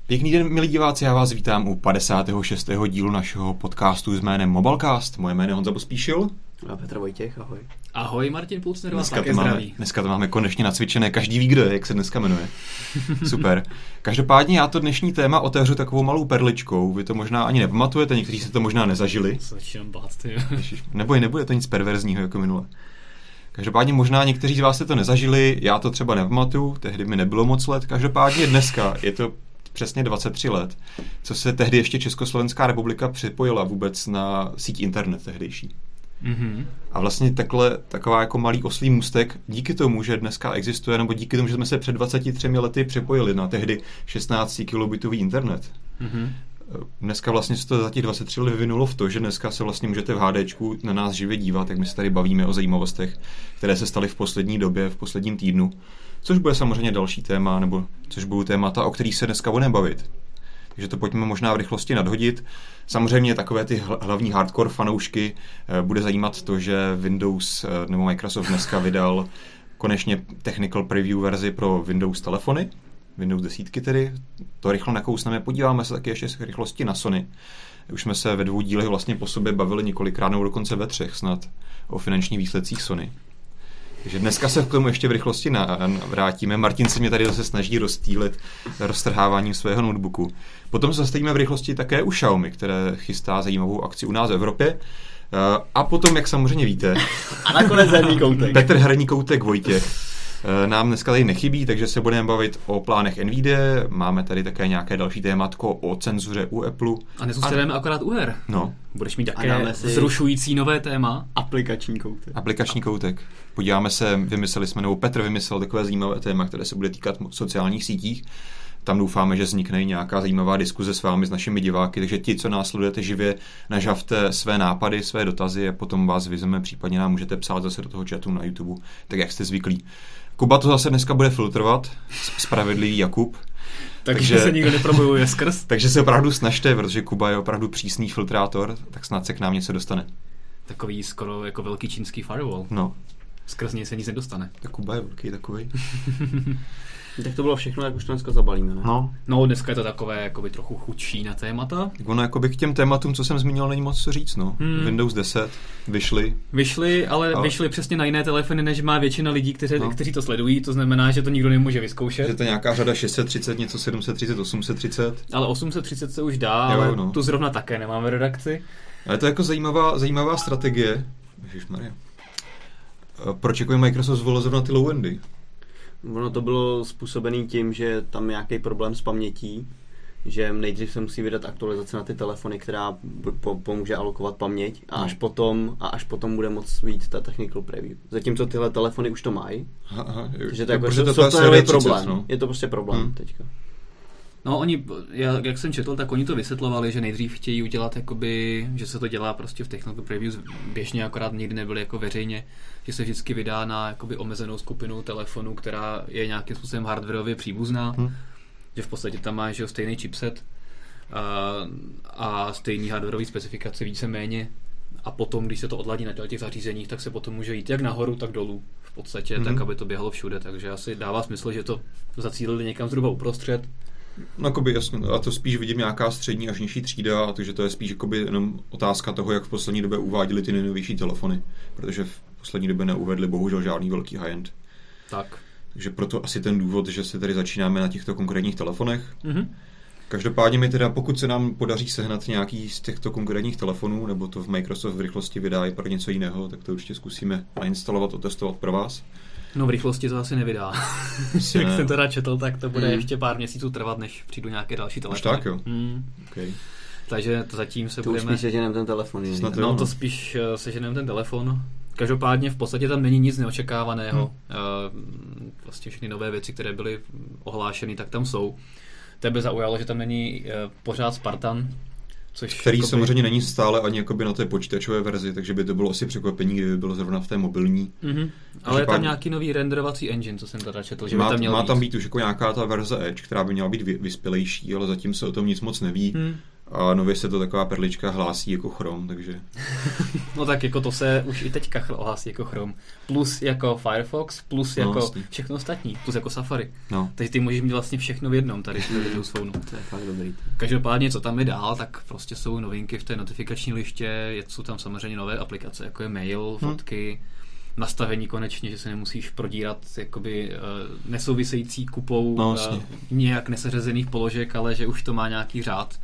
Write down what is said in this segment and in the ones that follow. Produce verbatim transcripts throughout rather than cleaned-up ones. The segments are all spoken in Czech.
Pěkný den, milí diváci, já vás vítám u padesátého šestého dílu našeho podcastu s jménem Mobilecast. Moje jméno je Honza Pospíšil. A Petr Vojtěch, ahoj. Ahoj, Martin Pulcner, vás dneska také máme, zdraví. Dneska to máme konečně nacvičené, každý ví, kdo je, jak se dneska jmenuje. Super. Každopádně já to dnešní téma otevřu takovou malou perličkou. Vy to možná ani nepamatujete, někteří se to možná nezažili. Začínám bát, ty. Neboj, nebude to nic perverzního jako minule. Každopádně možná někteří z vás jste to nezažili, já to třeba nepamatuju, tehdy mi nebylo moc let. Každopádně dneska je to přesně dvacet tři let, co se tehdy ještě Československá republika připojila vůbec na síť internet tehdejší. Mm-hmm. A vlastně takhle, taková jako malý oslý můstek díky tomu, že dneska existuje, nebo díky tomu, že jsme se před dvaceti třemi lety připojili na tehdy šestnáct kilobitový internet. Mm-hmm. Dneska vlastně se to za těch dvacet tři let vyvinulo v to, že dneska se vlastně můžete v HDčku na nás živě dívat, jak my se tady bavíme o zajímavostech, které se staly v poslední době, v posledním týdnu. Což bude samozřejmě další téma, nebo což budou témata, o kterých se dneska budeme bavit. Takže to pojďme možná v rychlosti nadhodit. Samozřejmě takové ty hlavní hardcore fanoušky bude zajímat to, že Windows nebo Microsoft dneska vydal konečně technical preview verzi pro Windows telefony, Windows desítky tedy. To rychle nakousneme, podíváme se taky ještě z rychlosti na Sony. Už jsme se ve dvou dílech vlastně po sobě bavili několikrát, nebo dokonce ve třech snad, o finančních výsledcích Sony. Takže dneska se k tomu ještě v rychlosti na, na, vrátíme. Martin se mě tady zase snaží rozstýlit roztrháváním svého notebooku. Potom se zastavíme v rychlosti také u Xiaomi, které chystá zajímavou akci u nás v Evropě. A potom, jak samozřejmě víte, a nakonec herní koutek. Petr herní koutek Vojtěch nám dneska tady nechybí, takže se budeme bavit o plánech Nvidia, máme tady také nějaké další tématko o cenzuře u Apple. A nezůstaneme akorát u her. No. Budeš mít také vzrušující nové téma. Aplikační koutek. Aplikační koutek. Podíváme se, vymysleli jsme, nebo Petr vymyslel takové zajímavé téma, které se bude týkat sociálních sítích. Tam doufáme, že vznikne nějaká zajímavá diskuze s vámi, s našimi diváky, takže ti, co nás sledujete živě, nažavte své nápady, své dotazy a potom vás vyzveme, případně nám můžete psát zase do toho chatu na YouTube, tak jak jste zvyklí. Kuba to zase dneska bude filtrovat, spravedlivý Jakub. Takže se nikdo neprobojuje skrz. Takže se opravdu snažte, protože Kuba je opravdu přísný filtrátor, tak snad se k nám něco dostane. Takový skoro jako velký čínský firewall. No. Skrz něj se nic nedostane. Tak Kuba je velký takovej. Tak to bylo všechno, jak už to dneska zabalíme, ne? No. No, dneska je to takové jakoby trochu chudší na témata. Tak ono jakoby k těm tématům, co jsem zmínil, není moc co říct, no. Hmm. Windows deset vyšly. Vyšly, ale, ale vyšly přesně na jiné telefony, než má většina lidí, kteří, no. kteří to sledují, to znamená, že to nikdo nemůže vyzkoušet. Je to nějaká řada šest set třicet, něco sedm set třicet, osm set třicet. Ale osm set třicet se už dá, jo, ale no. Tu zrovna také nemáme redakci. Ale to je jako zajímavá, zajímavá strategie. Ježišmarja. Proč jako Microsoft zvolil zrovna ty low-endy? Ono to bylo způsobené tím, že tam je nějaký problém s pamětí, že nejdřív se musí vydat aktualizace na ty telefony, která po- pomůže alokovat paměť a až potom a až potom bude moct vyjít ta technical preview. Zatímco tyhle telefony už to mají. Aha, takže to je jako softwarový problém. No. Je to prostě problém hmm. teďka. No oni, jak jsem četl, tak oni to vysvětlovali, že nejdřív chtějí udělat jakoby, že se to dělá prostě v technical previews běžně, akorát nikdy nebyly jako veřejně, že se vždycky vydá na jakoby omezenou skupinu telefonů, která je nějakým způsobem hardwareově příbuzná, hmm. že v podstatě tam má že stejný chipset a, a stejný hardwareový specifikace víceméně a potom, když se to odladí na těch zařízeních, tak se potom může jít jak nahoru, tak dolů v podstatě, hmm. tak aby to běhalo všude, takže asi dává smysl, že to zacílili někam zhruba uprostřed. No, jakoby, jasně, a to spíš vidím nějaká střední až nižší třída, takže to je spíš jakoby jenom otázka toho, jak v poslední době uváděli ty nejnovější telefony, protože v poslední době neuvedli bohužel žádný velký high-end. Tak. Takže proto asi ten důvod, že se tady začínáme na těchto konkrétních telefonech. Mm-hmm. Každopádně mi teda, pokud se nám podaří sehnat nějaký z těchto konkrétních telefonů, nebo to v Microsoft v rychlosti vydá i pro něco jiného, tak to určitě zkusíme nainstalovat, otestovat pro vás. No v rychlosti to asi nevydá. Jak ne. jsem teda četl, tak to bude mm. ještě pár měsíců trvat, než přijdu nějaké další telefony. Až tak jo? Mm. Okay. Takže to zatím se to budeme... To už spíš seženem ten telefon. Snad no to spíš seženem ten telefon. Každopádně v podstatě tam není nic neočekávaného. Hmm. Vlastně všechny nové věci, které byly ohlášeny, tak tam jsou. Tebe zaujalo, že tam není pořád Spartan, což který jakoby... samozřejmě není stále ani jakoby na té počítačové verzi, takže by to bylo asi překvapení, kdyby bylo zrovna v té mobilní. Mm-hmm. Ale je tam pár... nějaký nový renderovací engine, co jsem teda četl, že má, by tam měl Má být. tam být už jako nějaká ta verze Edge, která by měla být vyspělejší, ale zatím se o tom nic moc neví. Mm. A nově se to taková perlička hlásí jako Chrome, takže... No tak jako to se už i teďka hlásí jako Chrome. Plus jako Firefox, plus No, jako vlastně. všechno ostatní, plus jako Safari. No. Takže ty můžeš mít vlastně všechno v jednom tady v Windows Phoneu. To je fakt dobrý. Každopádně, co tam je dál, tak prostě jsou novinky v té notifikační liště, jsou tam samozřejmě nové aplikace, jako je mail, fotky, hmm. nastavení konečně, že se nemusíš prodírat jakoby uh, nesouvisející kupou no, uh, nějak neseřazených položek, ale že už to má nějaký řád.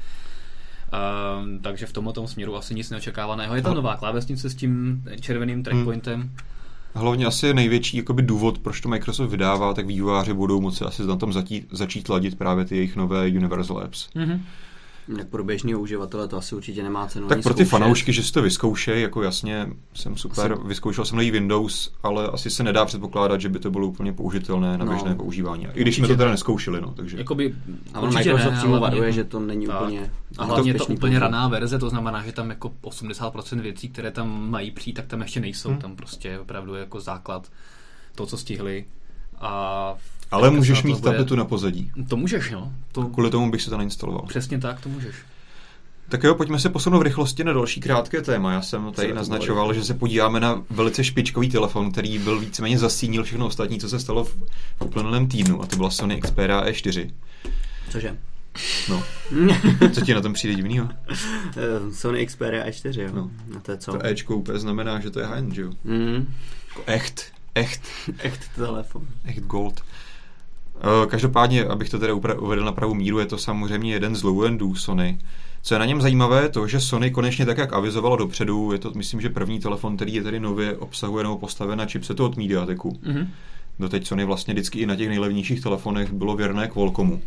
Uh, takže v tomto směru asi nic neočekávaného. Je tam nová klávesnice s tím červeným trackpointem. Hmm. Hlavně asi největší jakoby, důvod, proč to Microsoft vydává, tak vývojáři budou moci asi na tom zatít, začít ladit právě ty jejich nové Universal Apps. Mm-hmm. Tak pro běžného uživatele to asi určitě nemá cenu. Tak pro ty zkoušet. fanoušky, že si to vyzkoušej, jako jasně, jsem super, asi... vyzkoušel jsem nový Windows, ale asi se nedá předpokládat, že by to bylo úplně použitelné na no, běžné používání. I když jsme to teda neskoušeli, no, takže... Jakoby, a on Microsoft přímo varuje, že to není tak. úplně... A hlavně je to úplně raná verze, to znamená, že tam jako osmdesát procent věcí, které tam mají přijít, tak tam ještě nejsou. Hmm. Tam prostě opravdu jako základ to, co stihli. A ale můžeš mít bude... tabletu na pozadí. To můžeš, no. To... Kvůli tomu bych se to nainstaloval. Přesně tak, to můžeš. Tak jo, pojďme se posunout v rychlosti na další krátké téma. Já jsem tady naznačoval, že se podíváme na velice špičkový telefon, který byl víceméně zasínil všechno ostatní, co se stalo v uplynulém týdnu, a to byla Sony Xperia E čtyři. Cože? No. Co ti na tom přijde divnýho? Sony Xperia E čtyři, jo. No. A to je co? To Ečko úplně znamená, že to je high-end, že jo? Mm. Jako echt, echt. Echt telefon. Echt gold. Každopádně, abych to teda uvedl na pravou míru, je to samozřejmě jeden z low-endů Sony. Co je na něm zajímavé, je to, že Sony konečně tak, jak avizovalo dopředu, je to, myslím, že první telefon, který je tady nově obsahuje nebo postaven na chipsetu od MediaTeku. Mm-hmm. Doteď Sony vlastně vždycky i na těch nejlevnějších telefonech bylo věrné Qualcommu.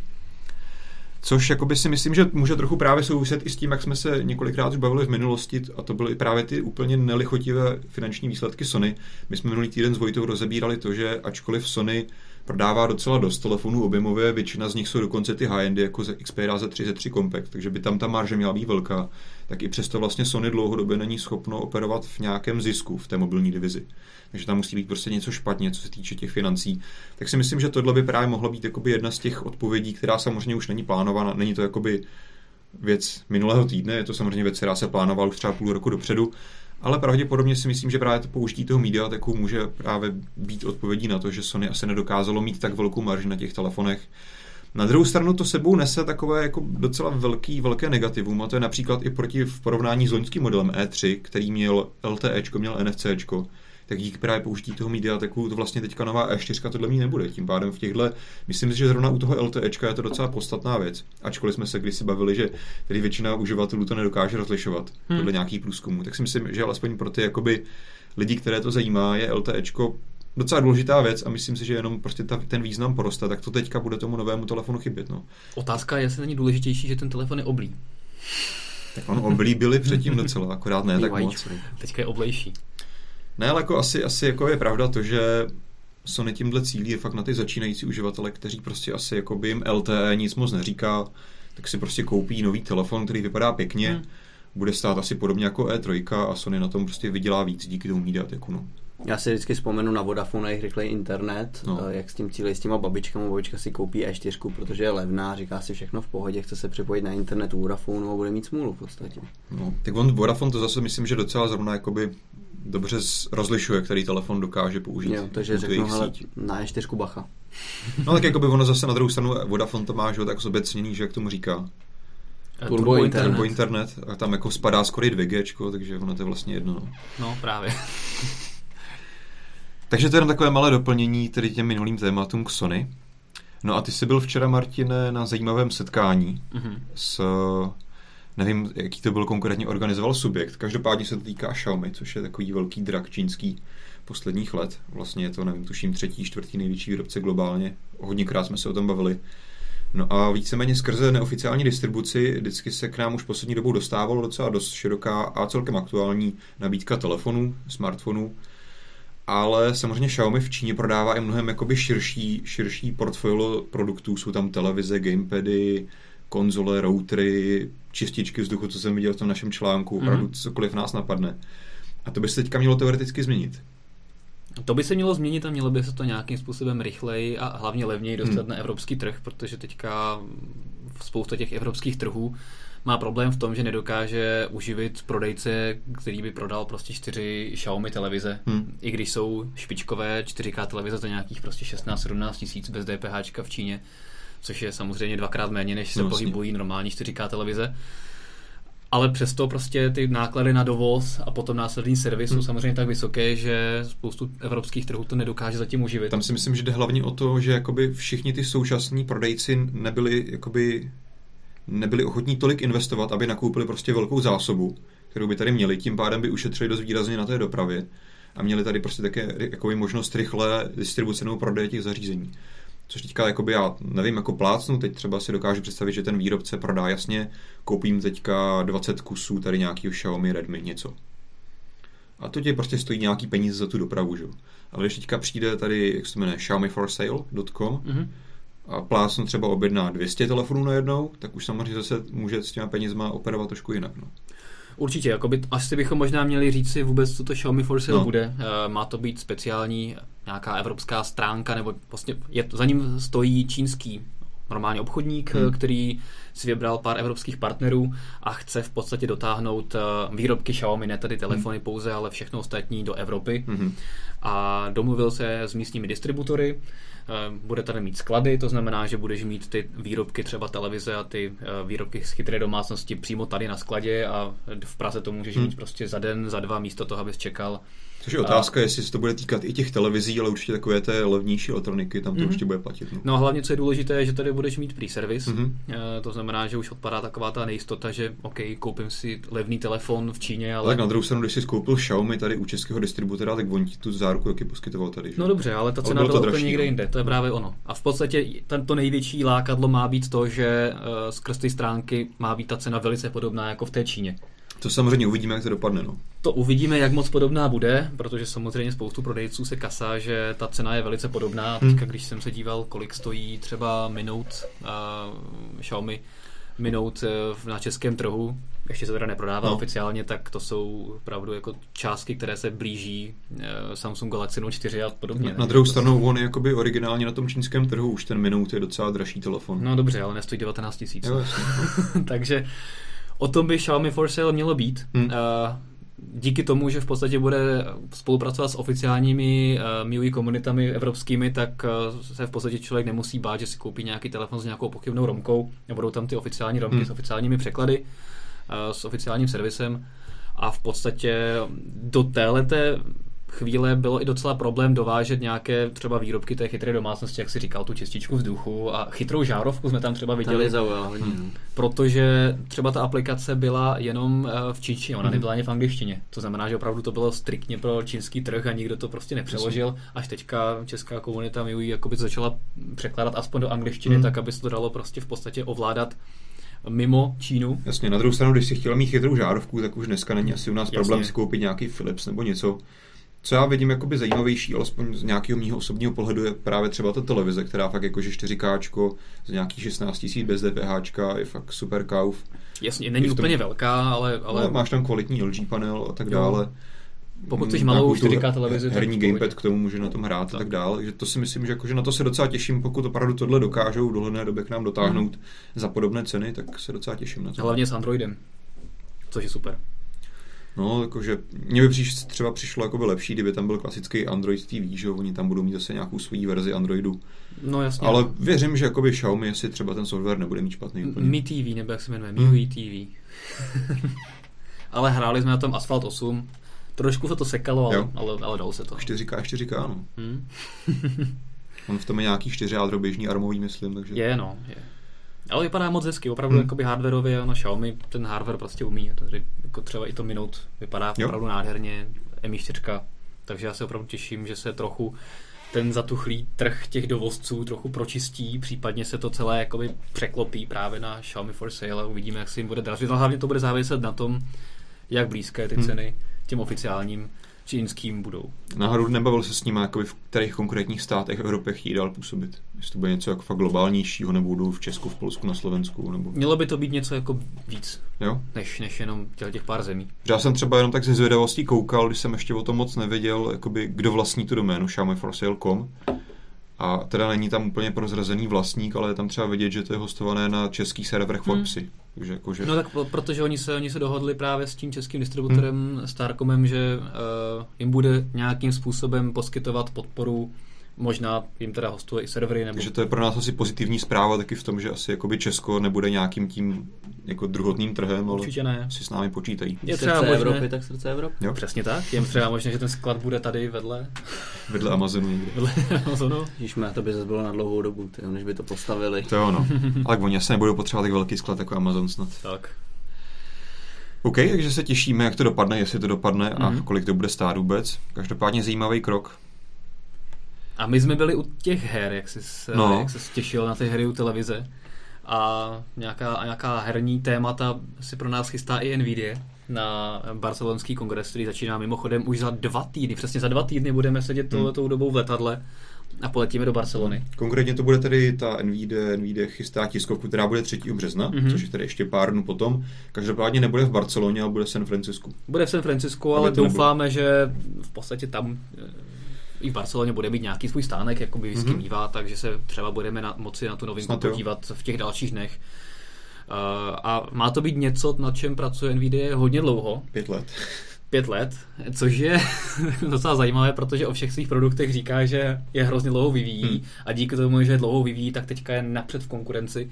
Což jakoby si myslím, že může trochu právě souviset i s tím, jak jsme se několikrát už bavili v minulosti, a to byly právě ty úplně nelichotivé finanční výsledky Sony. My jsme minulý týden s Vojtou rozebírali to, že ačkoliv Sony prodává docela dost telefonů objemově, většina z nich jsou dokonce ty high-endy, jako ze Xperia Z tři, Z tři Compact, takže by tam ta marže měla být velká, tak i přesto vlastně Sony dlouhodobě není schopno operovat v nějakém zisku v té mobilní divizi. Takže tam musí být prostě něco špatně, co se týče těch financí. Tak si myslím, že tohle by právě mohla být jakoby jedna z těch odpovědí, která samozřejmě už není plánovaná, není to jakoby věc minulého týdne, je to samozřejmě věc, která se plánovala už třeba půl roku dopředu, ale pravděpodobně si myslím, že právě to použití toho MediaTeku může právě být odpovědí na to, že Sony asi nedokázalo mít tak velkou marži na těch telefonech. Na druhou stranu to sebou nese takové jako docela velký, velké negativum, a to je například i proti v porovnání s loňským modelem E tři, který měl LTEčko, měl NFCčko, tak díky právě použití toho MediaTeku to vlastně teďka nová E čtyři tohle mít nebude. Tím pádem v těchto, myslím si, že zrovna u toho LTEčka je to docela podstatná věc. Ačkoliv jsme se kdysi bavili, že tedy většina uživatelů to nedokáže rozlišovat, hmm. podle nějakých průzkumů, tak si myslím, že alespoň pro ty jakoby lidi, které to zajímá, je LTEčko docela důležitá věc a myslím si, že jenom prostě ta, ten význam poroste, tak to teďka bude tomu novému telefonu chybět. No. Otázka je, jestli není důležitější, že ten telefon je oblý. Tak on oblí byli předtím docela, akorát ne tak moc. Teďka je oblejší. Ne, ale jako asi, asi jako je pravda to, že Sony tímhle cílí je fakt na ty začínající uživatele, kteří prostě asi jako by jim L T E nic moc neříká, tak si prostě koupí nový telefon, který vypadá pěkně, hmm. bude stát asi podobně jako E tři a Sony na tom prostě vydělá víc díky tomu MediaTeku, no. Já si vždycky vzpomenu na Vodafone a jejich rychlej internet, no. jak s tím cílí s těma babičkama. Babička si koupí E čtyři, protože je levná, říká si všechno v pohodě, chce se připojit na internet u Vodafone a bude mít smůlu v podstatě. No, tak on Vodafone to zase myslím, že docela zrovna jakoby dobře rozlišuje, který telefon dokáže použít. Jo, takže řeknu, hele, na E čtyři bacha. No tak jakoby ono zase na druhou stranu Vodafone to má, že tak zobecněný, že jak tomu říká. Turbo, Turbo internet. Turbo internet a tam jako spadá skoro i dvě G, takže ono to je vlastně jedno. No, no právě. Takže to je jenom takové malé doplnění tedy těm minulým tématům k Sony. No a ty jsi byl včera, Martine, na zajímavém setkání mm-hmm. s, nevím, jaký to byl konkrétně, organizoval subjekt. Každopádně se to týká Xiaomi, což je takový velký drak čínský posledních let. Vlastně je to, nevím, tuším třetí, čtvrtý největší výrobce globálně. Hodněkrát jsme se o tom bavili. No a víceméně skrze neoficiální distribuci vždycky se k nám už poslední dobou dostávalo docela dost široká a celkem aktuální nabídka telefonů, smartfonů. Ale samozřejmě Xiaomi v Číně prodává i mnohem jakoby širší, širší portfolio produktů. Jsou tam televize, gamepady, konzole, routery, čističky vzduchu, co jsem viděl v tom našem článku, mm. opravdu cokoliv nás napadne. A to by se teďka mělo teoreticky změnit. To by se mělo změnit a mělo by se to nějakým způsobem rychleji a hlavně levněji dostat hmm. na evropský trh, protože teďka spousta těch evropských trhů má problém v tom, že nedokáže uživit prodejce, který by prodal prostě čtyři Xiaomi televize. Hmm. I když jsou špičkové čtyři ká televize za nějakých prostě šestnáct sedmnáct tisíc bez DPHčka v Číně, což je samozřejmě dvakrát méně, než se no, pohybují normální čtyři ká televize. Ale přesto prostě ty náklady na dovoz a potom následný servis hmm. jsou samozřejmě tak vysoké, že spoustu evropských trhů to nedokáže zatím uživit. Tam si myslím, že jde hlavně o to, že jakoby všichni ty současní prodejci nebyli, jakoby, nebyli ochotní tolik investovat, aby nakoupili prostě velkou zásobu, kterou by tady měli, tím pádem by ušetřili dost výrazně na té dopravě a měli tady prostě také jakoby možnost rychlé distribuce nebo prodeje těch zařízení. Což teďka, jakoby já nevím, jako plácnu, teď třeba si dokážu představit, že ten výrobce prodá jasně, koupím teďka dvacet kusů tady nějakého Xiaomi, Redmi, něco. A to tě prostě stojí nějaký peníze za tu dopravu, že? Ale když teďka přijde tady, jak se jmenuje, xiaomi for sale tečka com mm-hmm. a plácnu třeba objedná dvě stě telefonů najednou, tak už samozřejmě zase může s těma penězma operovat trošku jinak, no. Určitě, jakoby, asi bychom možná měli říct si vůbec, co to Xiaomi for sale no. bude. E, má to být speciální nějaká evropská stránka, nebo vlastně je, za ním stojí čínský normální obchodník, hmm. který si vybral pár evropských partnerů a chce v podstatě dotáhnout výrobky Xiaomi, ne tady telefony hmm. pouze, ale všechno ostatní do Evropy. Hmm. A domluvil se s místními distributory. Bude tady mít sklady, to znamená, že budeš mít ty výrobky, třeba televize a ty výrobky z chytré domácnosti přímo tady na skladě a v Praze to můžeš hmm. mít prostě za den, za dva, místo toho, abys čekal. Což je otázka, a... jestli se to bude týkat i těch televizí, ale určitě takové té levnější elektroniky, tam to mm-hmm. určitě bude platit. No. no a hlavně, co je důležité, je, že tady budeš mít free service. Mm-hmm. E, to znamená, že už odpadá taková ta nejistota, že OK, koupím si levný telefon v Číně, ale... Tak na druhou stranu, když jsi koupil Xiaomi tady u českého distributora, tak on ti tu záruku taky poskytoval tady. Že? No dobře, ale ta cena byla úplně někde jinde, to je právě ono. A v podstatě to největší lákadlo má být to, že uh, skrz ty stránky má být ta cena velice podobná jako v té Číně. To samozřejmě uvidíme, jak to dopadne. No. To uvidíme, jak moc podobná bude, protože samozřejmě spoustu prodejců se kasá, že ta cena je velice podobná. A teďka, když jsem se díval, kolik stojí třeba Minote, uh, Xiaomi Minote uh, na českém trhu, ještě se teda neprodává no. oficiálně, tak to jsou opravdu jako částky, které se blíží uh, Samsung Galaxy Note čtyři a podobně. Na, na druhou stranu, on je jakoby originálně na tom čínském trhu, už ten Minote je docela dražší telefon. No dobře, ale nestojí devatenáct tisíc. Takže o tom by Xiaomi for sale mělo být. Hmm. Uh, díky tomu, že v podstatě bude spolupracovat s oficiálními uh, M I U I komunitami evropskými, tak uh, se v podstatě člověk nemusí bát, že si koupí nějaký telefon s nějakou pochybnou romkou. Budou tam ty oficiální romky hmm. s oficiálními překlady, uh, s oficiálním servisem. A v podstatě do téhleté chvíle bylo i docela problém dovážet nějaké třeba výrobky té chytré domácnosti, jak si říkal, tu čističku vzduchu a chytrou žárovku jsme tam třeba viděli. Hmm. Protože třeba ta aplikace byla jenom v čínštině, ona hmm. nebyla ani v angličtině. To znamená, že opravdu to bylo striktně pro čínský trh a nikdo to prostě nepřeložil. Až teďka česká komunita M I U I jakoby to začala překládat aspoň do angličtiny, hmm. tak aby se to dalo prostě v podstatě ovládat mimo Čínu. Jasně, na druhou stranu, když si chtěla mít chytrou žárovku, tak už dneska není asi u nás Jasně. problém si koupit nějaký Philips nebo něco. Co já vidím jakoby zajímavější, alespoň z nějakého mýho osobního pohledu, je právě třeba ta televize, která fakt jakože čtyři ká z nějakých šestnáct tisíc bez DPHčka je fakt super kauf. Jasně, není úplně velká, ale... ale... No, máš tam kvalitní L G panel a tak jo. dále. Pokud jsi malou čtyři ká televizi, herní gamepad k tomu může na tom hrát tak. a tak dále. Takže to si myslím, že jakože na to se docela těším, pokud opravdu tohle dokážou v dohledné době k nám dotáhnout mm. za podobné ceny, tak se docela těším na to. Hlavně s Androidem, což je super. No, jakože mně by příš, třeba přišlo jakoby lepší, kdyby tam byl klasický Android T V, že oni tam budou mít zase nějakou svou verzi Androidu. No jasně. Ale no. věřím, že jakoby Xiaomi si třeba ten software nebude mít špatný úplně. Mi T V, nebo jak se jmenuje, M I U I T V. Ale hráli jsme na tom Asphalt osm. Trošku se to sekalo, ale, ale, ale dalo se to. čtyři ká, čtyři ká, no. Hmm. On v tom je nějaký čtyři jádro běžný armový, myslím, takže... Je, no, je. Ale vypadá moc hezky, opravdu hmm. jakoby hardwareově, no Xiaomi ten hardware prostě umí, takže jako třeba i to Minote vypadá jo. opravdu nádherně, M I čtyři, takže já se opravdu těším, že se trochu ten zatuchlý trh těch dovozců trochu pročistí, případně se to celé jakoby překlopí právě na Xiaomi for sale a uvidíme, jak se jim bude dražit, ale hlavně to bude záviset na tom, jak blízké ty hmm. ceny těm oficiálním čínským budou. Náhodou nebavil se s nimi, jakoby v kterých konkrétních státech v Evropě chtějí dál působit. Jestli to bude něco jako fakt globálnějšího, nebo budou v Česku, v Polsku, na Slovensku, nebo... Mělo by to být něco jako víc, jo? Než, než jenom těch, těch pár zemí. Já jsem třeba jenom tak ze zvědavostí koukal, když jsem ještě o tom moc nevěděl, jakoby, kdo vlastní tu doménu xiaomi for sale tečka com. A teda není tam úplně prozrazený vlastník, ale je tam třeba vidět, že to je hostované na českých serverech Hmm. Forpsy. Takže jako, že... No tak protože oni se, oni se dohodli právě s tím českým distributorem hmm. Starcomem, že uh, jim bude nějakým způsobem poskytovat podporu, možná jim teda hostuje i servery. Nebo... Takže to je pro nás asi pozitivní zpráva taky v tom, že asi jakoby Česko nebude nějakým tím jako druhotným trhem, ale určitě ne. si s námi počítají. Je třeba srdce možné... Evropy, tak srdce Evropy. Jo. Přesně tak. Je třeba možné, že ten sklad bude tady vedle. Vedle Amazonu někde. Vedle Amazonu. Ježišme, to by zase bylo na dlouhou dobu, tyjo, než by to postavili. To je ono. Ale oni asi nebudou potřebovat tak velký sklad jako Amazon snad. Tak. OK, takže se těšíme, jak to dopadne, jestli to dopadne mm-hmm. a kolik to bude stát vůbec. Každopádně zajímavý krok. A my jsme byli u těch her, jak jsi se, no. jak jsi těšil na ty hry u televize. A nějaká, a nějaká herní témata si pro nás chystá i Nvidia na barcelonský kongres, který začíná mimochodem už za dva týdny. Přesně za dva týdny budeme sedět hmm. touhletou dobou v letadle a poletíme do Barcelony. Konkrétně to bude tedy ta Nvidia, Nvidia chystá tiskovku, která bude třetího března, mm-hmm. což je tedy ještě pár dnů potom. Každopádně nebude v Barceloně, ale bude v San Francisku. Bude v San Francisku, ale doufáme, nebude. Že v podstatě tam i v Barceloně bude mít nějaký svůj stánek, jako by vždycky mm-hmm. mívá, takže se třeba budeme na, moci na tu novinku Snad podívat jo. v těch dalších dnech. Uh, a má to být něco, na čem pracuje Nvidia hodně dlouho. Pět let. Pět let, což je docela zajímavé, protože o všech svých produktech říká, že je hrozně dlouho vyvíjí hmm. a díky tomu, že je dlouho vyvíjí, tak teďka je napřed v konkurenci.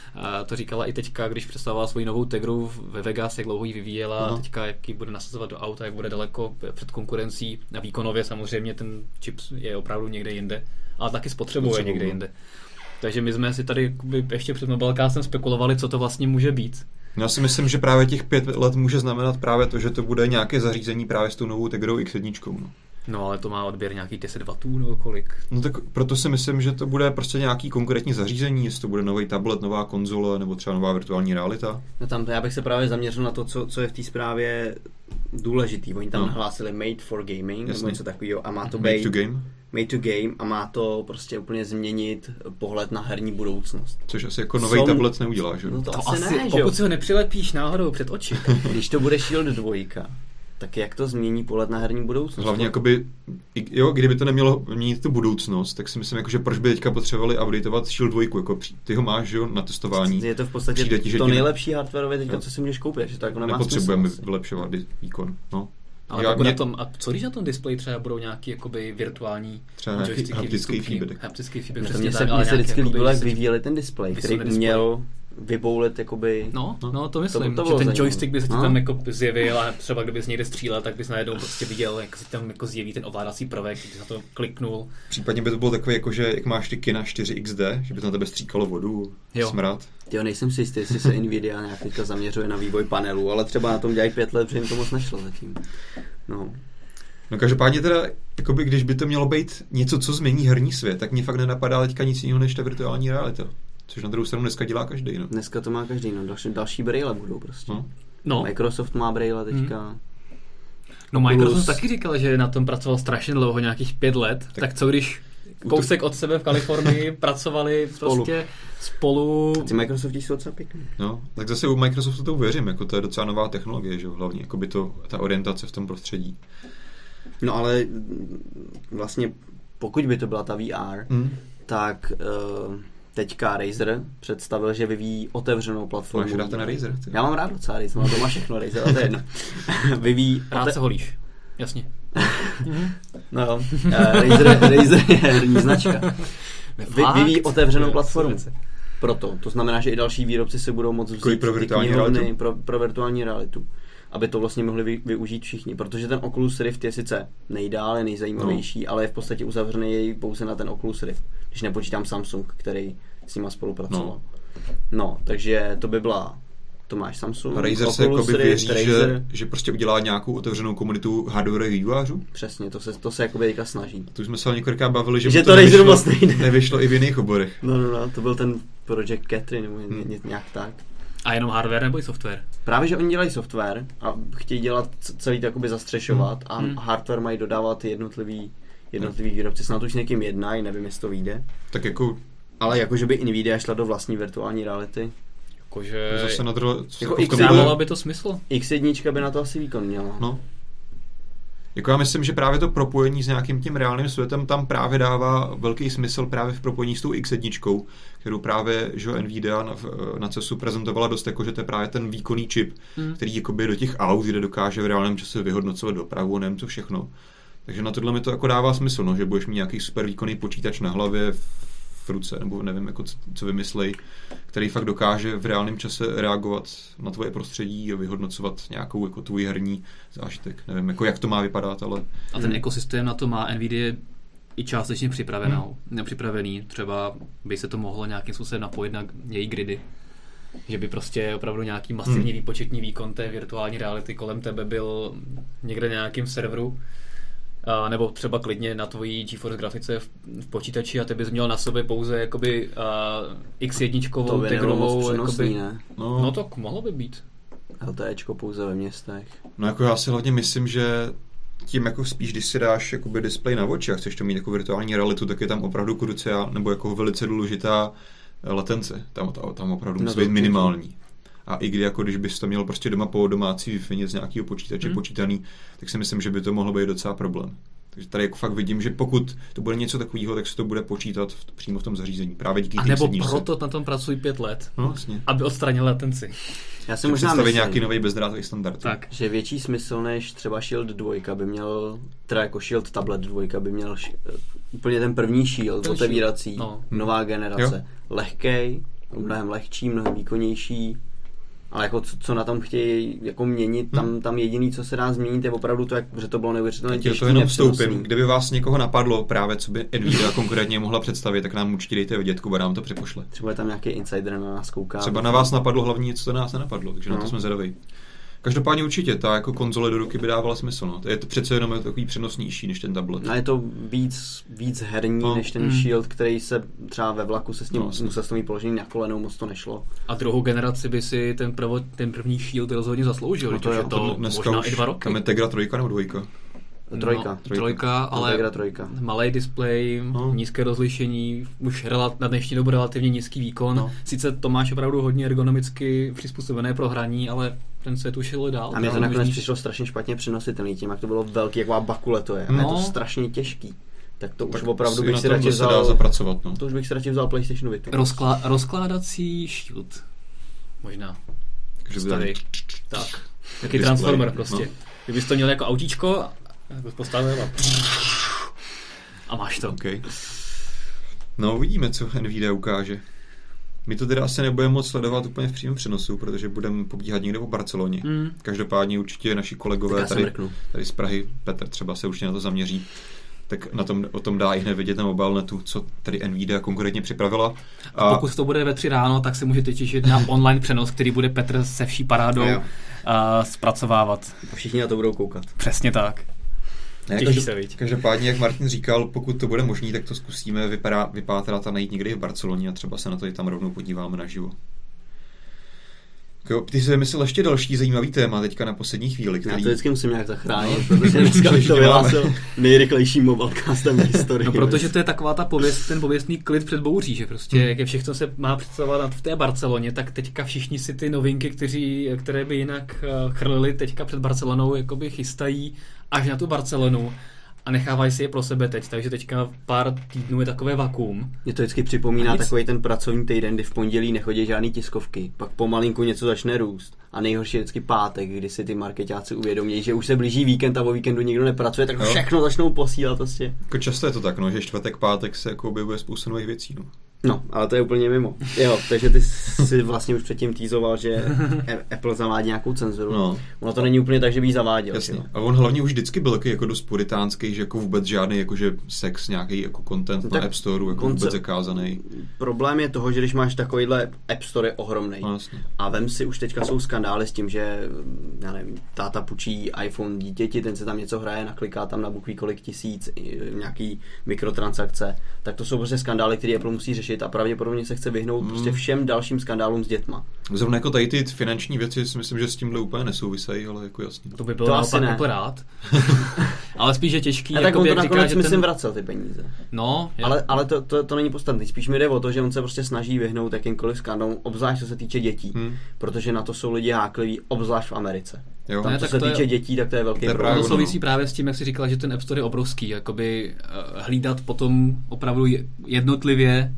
A to říkala i teďka, když představovala svoji novou Tegru ve Vegas, jak dlouho ji vyvíjela, a teďka jak ji bude nasazovat do auta, jak bude daleko před konkurencí. Na výkonově samozřejmě ten čip je opravdu někde jinde, ale taky spotřebuje někde jinde. Takže my jsme si tady ještě před Mobilecastem spekulovali, co to vlastně může být. Já si myslím, že právě těch pět let může znamenat právě to, že to bude nějaké zařízení právě s tou novou Tegrou X jedna. No. No ale to má odběr nějaký deset wattů nebo kolik? No tak proto si myslím, že to bude prostě nějaký konkrétní zařízení, jestli to bude nový tablet, nová konzole nebo třeba nová virtuální realita. No tam to já bych se právě zaměřil na to, co, co je v té zprávě důležitý. Oni tam no. nahlásili Made for Gaming, Jasný. nebo něco takového a má to Made být to Game. Made to Game a má to prostě úplně změnit pohled na herní budoucnost. Což asi jako nový Som... tablet neudělá, že? No to, to asi, asi ne, pokud si ho nepřilepíš náhodou před oči. Když to bude Shield dva, tak jak to změní pohled na herní budoucnost? Hlavně jakoby, jo, kdyby to nemělo měnit tu budoucnost, tak si myslím, jako, že proč by teďka potřebovali updateovat Shield dva, jako ty ho máš, jo, na testování. Je to v podstatě ti, to nejlepší hardwareové teďka, jo. co si můžeš koupit, že to jako nemá nepotřebujeme smysl. vylepšovat výkon, no. Ale já, mě... na tom, a co když na tom displeji třeba budou nějaký jakoby virtuální třeba nějaký haptický feedback. Haptický feedback, přesně tak, ale se vždycky líbilo, jak vyvíjeli ten displej, který měl vyboulet jakoby... No, no to myslím, to, to že ten zajímavé. Joystick by se ti no. tam jako zjevil a třeba kdybys někde střílel, tak bys najednou prostě viděl, jak se tam jako zjeví ten ovládací prvek, když na to kliknul. Případně by to bylo takové, jako že jak máš ty kina čtyři X D, že by to na tebe stříkalo vodu, jo. smrad. Jo, nejsem si jistý, jestli se Nvidia nějak teďka zaměřuje na vývoj panelů, ale třeba na tom dělají pět let, že jim to moc nešlo zatím. No. No každopádně teda, jakoby, když by to mělo být něco, co změní herní svět, tak mě fakt nenapadá teďka nic jiného než ta virtuální realita. Což na druhou stranu dneska dělá každý. No. Dneska to má každý, no. Další, další braille budou prostě. No. No. Microsoft má braille teďka. Hmm. No Microsoft taky říkal, že na tom pracoval strašně dlouho, nějakých pět let. Tak, tak co když kousek od sebe v Kalifornii pracovali spolu. prostě spolu. Ty Microsofti jsou docela pěkný. No, tak zase u Microsoftu to uvěřím, jako to je docela nová technologie, že hlavně, jako by to, ta orientace v tom prostředí. No ale vlastně pokud by to byla ta V R, hmm. tak uh, teďka Razer představil, že vyvíjí otevřenou platformu. Máš rád ten Razer? Ty. Já mám rád docela Razer, mám doma všechno Razer, ale to je jedno. vyvíjí rád ote... se holíš, jasně. No jo, uh, Razer, Razer je herní značka. Vy, vyvíjí otevřenou je, platformu. Proto, to znamená, že i další výrobci se budou moct vzít pro virtuální realitu. Pro, pro virtuální realitu. Aby to vlastně mohli vy, využít všichni, protože ten Oculus Rift je sice nejdál, je nejzajímavější, no. ale je v podstatě uzavřený jej pouze na ten Oculus Rift, když nepočítám Samsung, který s nima spolupracoval. No, no takže to by byla, to máš Samsung, a Razer Oculus se jakoby věří, Razer, že, že prostě udělá nějakou otevřenou komunitu hardware vývojářů? Přesně, to se, to se jakoby teďka snaží. Tu jsme se ale několikrát bavili, že, že to, to nevyšlo, moc nejde. nevyšlo i v jiných oborech. No, no, no, to byl ten Project Catherine, nebo hmm. nějak tak. A jenom hardware nebo i software? Právě, že oni dělají software a chtějí dělat celý to jakoby zastřešovat hmm. a hmm. hardware mají dodávat jednotlivý, jednotlivý výrobci. Snad už s někým jednají, nevím, jestli to vyjde. Tak jako... Ale jakože by Nvidia šla do vlastní virtuální reality. Jakože... Zase na druhou... Jako X jedna by to smysl. X jedna by na to asi výkon měla. No. Jako já myslím, že právě to propojení s nějakým tím reálným světem tam právě dává velký smysl právě v propojení s tou X jedna, kterou právě že Nvidia na, na CESu prezentovala dost jako, že to je právě ten výkonný čip, mm. který jakoby do těch aut, kde dokáže v reálném čase vyhodnocovat dopravu, nevím co všechno. Takže na tohle mi to jako dává smysl, no, že budeš mít nějaký super výkonný počítač na hlavě, v ruce, nebo nevím, jako co, co vymyslej, který fakt dokáže v reálném čase reagovat na tvoje prostředí a vyhodnocovat nějakou jako tvůj herní zážitek. Nevím, jako jak to má vypadat, ale... A ten ekosystém na to má Nvidia i částečně připravenou, hmm. nepřipravený. Třeba by se to mohlo nějakým způsobem napojit na její gridy. Že by prostě opravdu nějaký masivní hmm. výpočetní výkon té virtuální reality kolem tebe byl někde na nějakým serveru. A nebo třeba klidně na tvojí GeForce grafice v, v počítači a ty bys měl na sobě pouze jakoby uh, X jedna tegrovou jakoby... ne? No. no to mohlo by být. LTEčko pouze ve městech. No jako já si hlavně myslím, že tím jako spíš, když si dáš jakoby displej na oči a chceš to mít jako virtuální realitu, tak je tam opravdu kruciál, nebo jako velice důležitá latence. Tam, tam opravdu musí být minimální. A i kdy, jako když bys to měl prostě doma po domácí Wi-Fi z nějakého počítače hmm. počítaný, tak si myslím, že by to mohlo být docela problém. Takže tady jako fakt vidím, že pokud to bude něco takového, tak se to bude počítat v, přímo v tom zařízení. Právě díky A nebo proto na tom pracují pět let, no, vlastně. aby odstranil latenci. Já si možná myslím, nějaký nový bezdrátový standard. Tak. Že větší smysl než třeba Shield dva by měl, teda jako Shield Tablet dva by měl š, úplně ten první Shield, ten otevírací, no. nová generace. Jo. Lehkej, mnohem lehčí, mnohem výkonnější. Ale jako co, co na tom chtějí jako měnit, tam, hmm. tam jediný, co se dá změnit, je opravdu to, jak, že to bylo neuvěřitelně těžké. To jenom vstoupím. Kdyby vás někoho napadlo právě, co by Nvidia konkrétně mohla představit, tak nám určitě dejte vědět, Kuba nám to připošle. Třeba je tam nějaký insider na nás kouká. Třeba na vás napadlo hlavně něco, co na nás nenapadlo, takže no. na to jsme zvědaví. Každopádně určitě, ta jako konzole do ruky by dávala smysl. No. Je to přece jenom takový přenosnější než ten tablet. A je to víc, víc herní no. než ten mm. Shield, který se třeba ve vlaku se s ním no, musel s tím položený na kolenou, moc to nešlo. A druhou generaci by si ten, prvo, ten první Shield rozhodně zasloužil, no to je to, to možná i dva roky. Tam je Tegra trojka nebo dvojka? Trojka. No, trojka, ale trojka. malej displej, no. nízké rozlišení, už rela- na dnešní dobu relativně nízký výkon. No. Sice to máš opravdu hodně ergonomicky přizpůsobené pro hraní, ale ten svět už jel dál. A mě to nakonec možný... přišlo strašně špatně přenositelný tím, jak to bylo velký, jaková bakule to je. No. A je to strašně těžký. Tak to tak už opravdu bych si radši vzal... zapracovat, no. To už bych si radši vzal PlayStationu Vitu. Rozklá... Rozkládací Shield. Možná. Stavy. Tak. Jaký Transformer prostě. No. Kdybys to měl jako autíčko, tak postavil a... a máš to. Okay. No uvidíme, co Nvidia ukáže. My to teda asi nebudeme moc sledovat úplně v přímém přenosu, protože budeme pobíhat někde po Barceloně. Mm. Každopádně určitě naši kolegové tady, tady z Prahy, Petr třeba se určitě na to zaměří, tak na tom, o tom dá i hned vidět na Mobilenetu, co tady Nvidia konkrétně připravila. A, a pokud to bude ve tři ráno, tak se můžete těšit na online přenos, který bude Petr se vší parádou uh, zpracovávat. Všichni na to budou koukat. Přesně tak. Ne, každop, se, každopádně, jak Martin říkal, pokud to bude možný, tak to zkusíme vypadá, vypátrat a najít někdy v Barceloně a třeba se na to i tam rovnou podíváme naživo. Ty jsi vymyslel ještě další zajímavý téma teďka na poslední chvíli. Který... Já to vždycky musím nějak zachránit, no, protože dneska bych to vyhlásil nejrychlejším mobilecastem v historii. No, protože to je taková ta pověst, ten pověstný klid před bouří, že prostě hmm. jak je všechno se má představovat v té Barceloně, tak teďka všichni si ty novinky, kteří, které by jinak chrlili teďka před Barcelonou, jakoby chystají až na tu Barcelonu a nechávají si je pro sebe teď, takže teďka pár týdnů je takové vakuum. Mě to vždycky připomíná takový ten pracovní týden, kdy v pondělí nechodí žádný tiskovky, pak pomalinku něco začne růst a nejhorší je vždycky pátek, kdy si ty marketáci uvědomí, že už se blíží víkend a o víkendu nikdo nepracuje, tak jo. všechno začnou posílat prostě. Jako často je to tak, no, že čtvrtek, pátek se jako objevuje spoustu nových věcí, no. No, ale to je úplně mimo. Jo, takže ty si vlastně už předtím týzoval, že Apple zavádí nějakou cenzuru. No. Ono to není úplně tak, že by ji zaváděl. Jasně. Jo? A on hlavně už vždycky byl jako dost puritánský, že jako vůbec žádný jakože sex, nějaký jako content tak na App Storeu jako konce... vůbec zakázaný. Problém je toho, že když máš takovýhle App Store je ohromnej. No, a vem si, už teďka jsou skandály s tím, že já nevím, táta půjčí iPhone dítěti, ten se tam něco hraje, nakliká tam na bukví kolik tisíc, nějaký mikrotransakce. Tak to jsou prostě skandály, které Apple musí řešit a pravděpodobně se chce vyhnout mm. prostě všem dalším skandálům s dětma. Zrovna jako tady ty finanční věci si myslím, že s tímhle úplně nesouvisejí, ale jako jasně. To by bylo To naopak asi jako rád. Ale spíš je těžký. A tak on to nakonec říká, myslím ten... vracel ty peníze. No, je. Ale, ale to, to, to není podstatné. Spíš mi jde o to, že on se prostě snaží vyhnout jakýmkoliv skandálům, obzvlášť co se týče dětí. Hmm. Protože na to jsou lidi hákliví, obzvlášť v Americe. Jo. Tam, ne, co se týče je... dětí, tak to je velký to je problém. To souvisí právě s tím, jak jsi říkala, že ten App Store je obrovský. Jakoby hlídat potom opravdu jednotlivě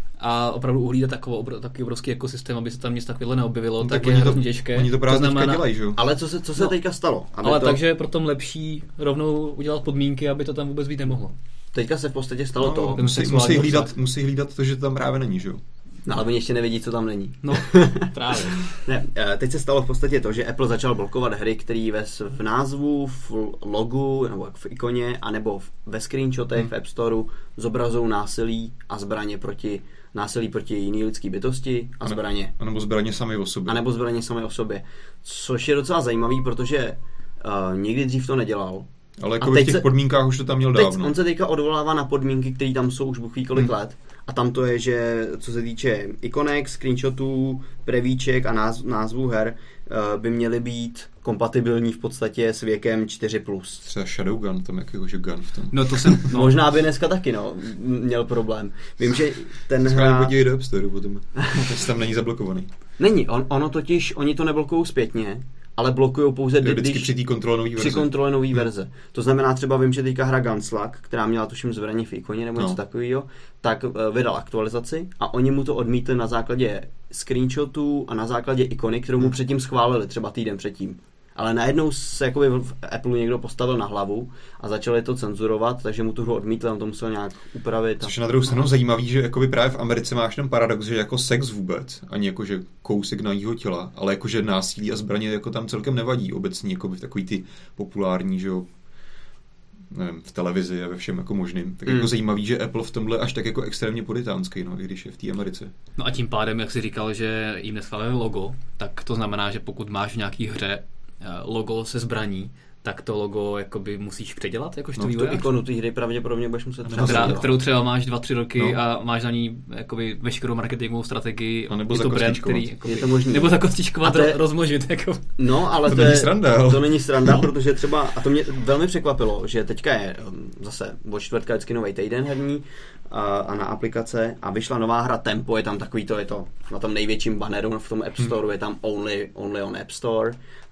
a opravdu uhlídat takový, takový obrovský ekosystém, aby se tam nic takového neobjevilo, no, tak, tak je hrozně těžké. Oni to právě to znamená, dělají, že? Ale co se, co se no, teďka stalo? Ale to... takže je potom lepší rovnou udělat podmínky, aby to tam vůbec být nemohlo. Teďka se v podstatě stalo no, to. Musí, musí, hlídat, musí hlídat to, že to tam právě není, že jo? No, ale oni ještě nevědí, co tam není. No, právě. Ne, teď se stalo v podstatě to, že Apple začal blokovat hry, které ve v názvu, v logu, nebo v ikoně, anebo ve screenshotech hmm. v App Storeu zobrazují násilí a zbraně proti násilí proti jiný lidský bytosti a zbraně. A nebo zbraně sami o sobě. A nebo zbraně sami o sobě. Což je docela zajímavý, protože uh, nikdy dřív to nedělal. Ale jako v těch se, podmínkách už to tam měl teď dávno. On se teďka odvolává na podmínky, které tam jsou už buchví kolik hmm. let. A tam to je, že co se týče ikonek, screenshotů, prevíček a náz, názvů her, uh, by měly být kompatibilní v podstatě s věkem čtyři plus. Třeba Shadowgun, tam jakýho že gun v tom. No to jsem... No. Možná by dneska taky, no, měl problém. Vím, že ten hra... podívej do App Store potom. Jestli tam není zablokovaný. Není, on, ono totiž, oni to neblokují zpětně, ale blokují pouze, kdy, když při té kontrole nový verze. Při kontrole nový hmm. verze. To znamená třeba, vím, že teďka hra Gunslug, která měla tuším zbraně v ikoně nebo něco no. takového, tak uh, vydal aktualizaci a oni mu to odmítli na základě screenshotů a na základě ikony, kterou mu hmm. předtím schválili, třeba týden předtím. Ale najednou se jakoby v Apple někdo postavil na hlavu a začali to cenzurovat, takže mu tu hru odmítli, on to musel nějak upravit. Což je na druhou stranu zajímavý, že jakoby právě v Americe máš ten paradox, že jako sex vůbec, ani jako že kousek na jího těla, ale jako že násilí a zbraně jako tam celkem nevadí obecně, jako v takový ty populární, že jo, nevím, v televizi a ve všem jako možným. Tak mm. jako zajímavý, že Apple v tomhle až tak jako extrémně poditánský, no, i když je v té Americe. No a tím pádem, jak jsi říkal, že jim neschválili logo, tak to znamená, že pokud máš v nějaký hře logo se zbraní, tak to logo jakoby musíš předělat, jakož to no, vývojář. Tu ikonu té hry pravdě mě budeš muset no, která, kterou třeba máš dva, tři roky no. a máš na ní jakoby veškerou marketingovou strategii. A nebo je to brand, který jakoby, je to možný. Nebo zakostičkovat, je, rozmožit. Jako. No, ale to, to, není je, sranda, to není sranda, protože třeba, a to mě velmi překvapilo, že teďka je zase od čtvrtka vždycky nový týden herní a, a na aplikace a vyšla nová hra Tempo, je tam takový to, je to na tom největším banneru v tom App Store, hmm. je tam only, only on App Store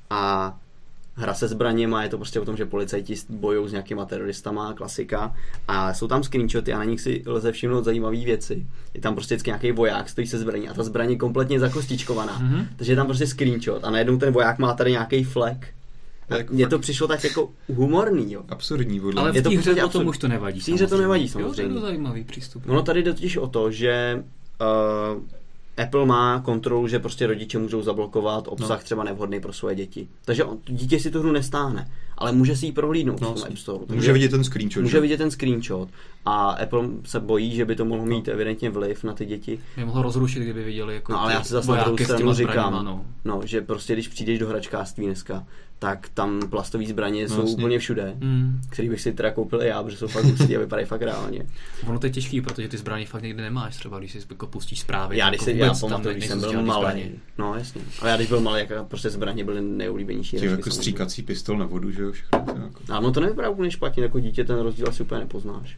a hra se zbraněma, je to prostě o tom, že policajti bojují s nějakýma teroristama, klasika. A jsou tam screenshoty a na nich si lze všimnout zajímavé věci. Je tam prostě vždycky nějaký voják, stojí se zbraní a ta zbraň je kompletně zakostičkovaná. Mm-hmm. Takže je tam prostě screenshot a najednou ten voják má tady nějaký flek. Mně to přišlo tak jako humorný, jo. Absurdní, vodle. Ale v té hře o tom už to nevadí. V té hře to nevadí, samozřejmě. Jo, to je zajímavý přístup. Ono tady jde totiž o to, že uh, Apple má kontrolu, že prostě rodiče můžou zablokovat obsah no. třeba nevhodný pro svoje děti. Takže on, dítě si tu hru nestáhne, ale může si ji prohlídnout no, v tom App Store. Může vidět ten screenshot. Může že? vidět ten screenshot a Apple se bojí, že by to mohlo mít no. evidentně vliv na ty děti. Je mohlo rozrušit, kdyby viděli jako no, ale já si zase na druhou stranu říkám, no. no, že prostě když přijdeš do hračkářství dneska, tak tam plastové zbraně no, jsou vlastně. úplně všude, mm. který bych si teda koupil i já, protože jsou fakt hustý a vypadají fakt reálně. Ono to je těžký, protože ty zbraně fakt někde nemáš, třeba když si jako pustíš zprávy. Já když jako si já pamatuju, když jsem byl malý. No jasně. Ale já když byl malý, jak prostě zbraně byly nejoblíbenější. Ty jako stříkací pistol na vodu, že jo, všechno. Jako... Ano, to nevypadá úplně špatně, jako dítě ten rozdíl asi úplně nepoznáš.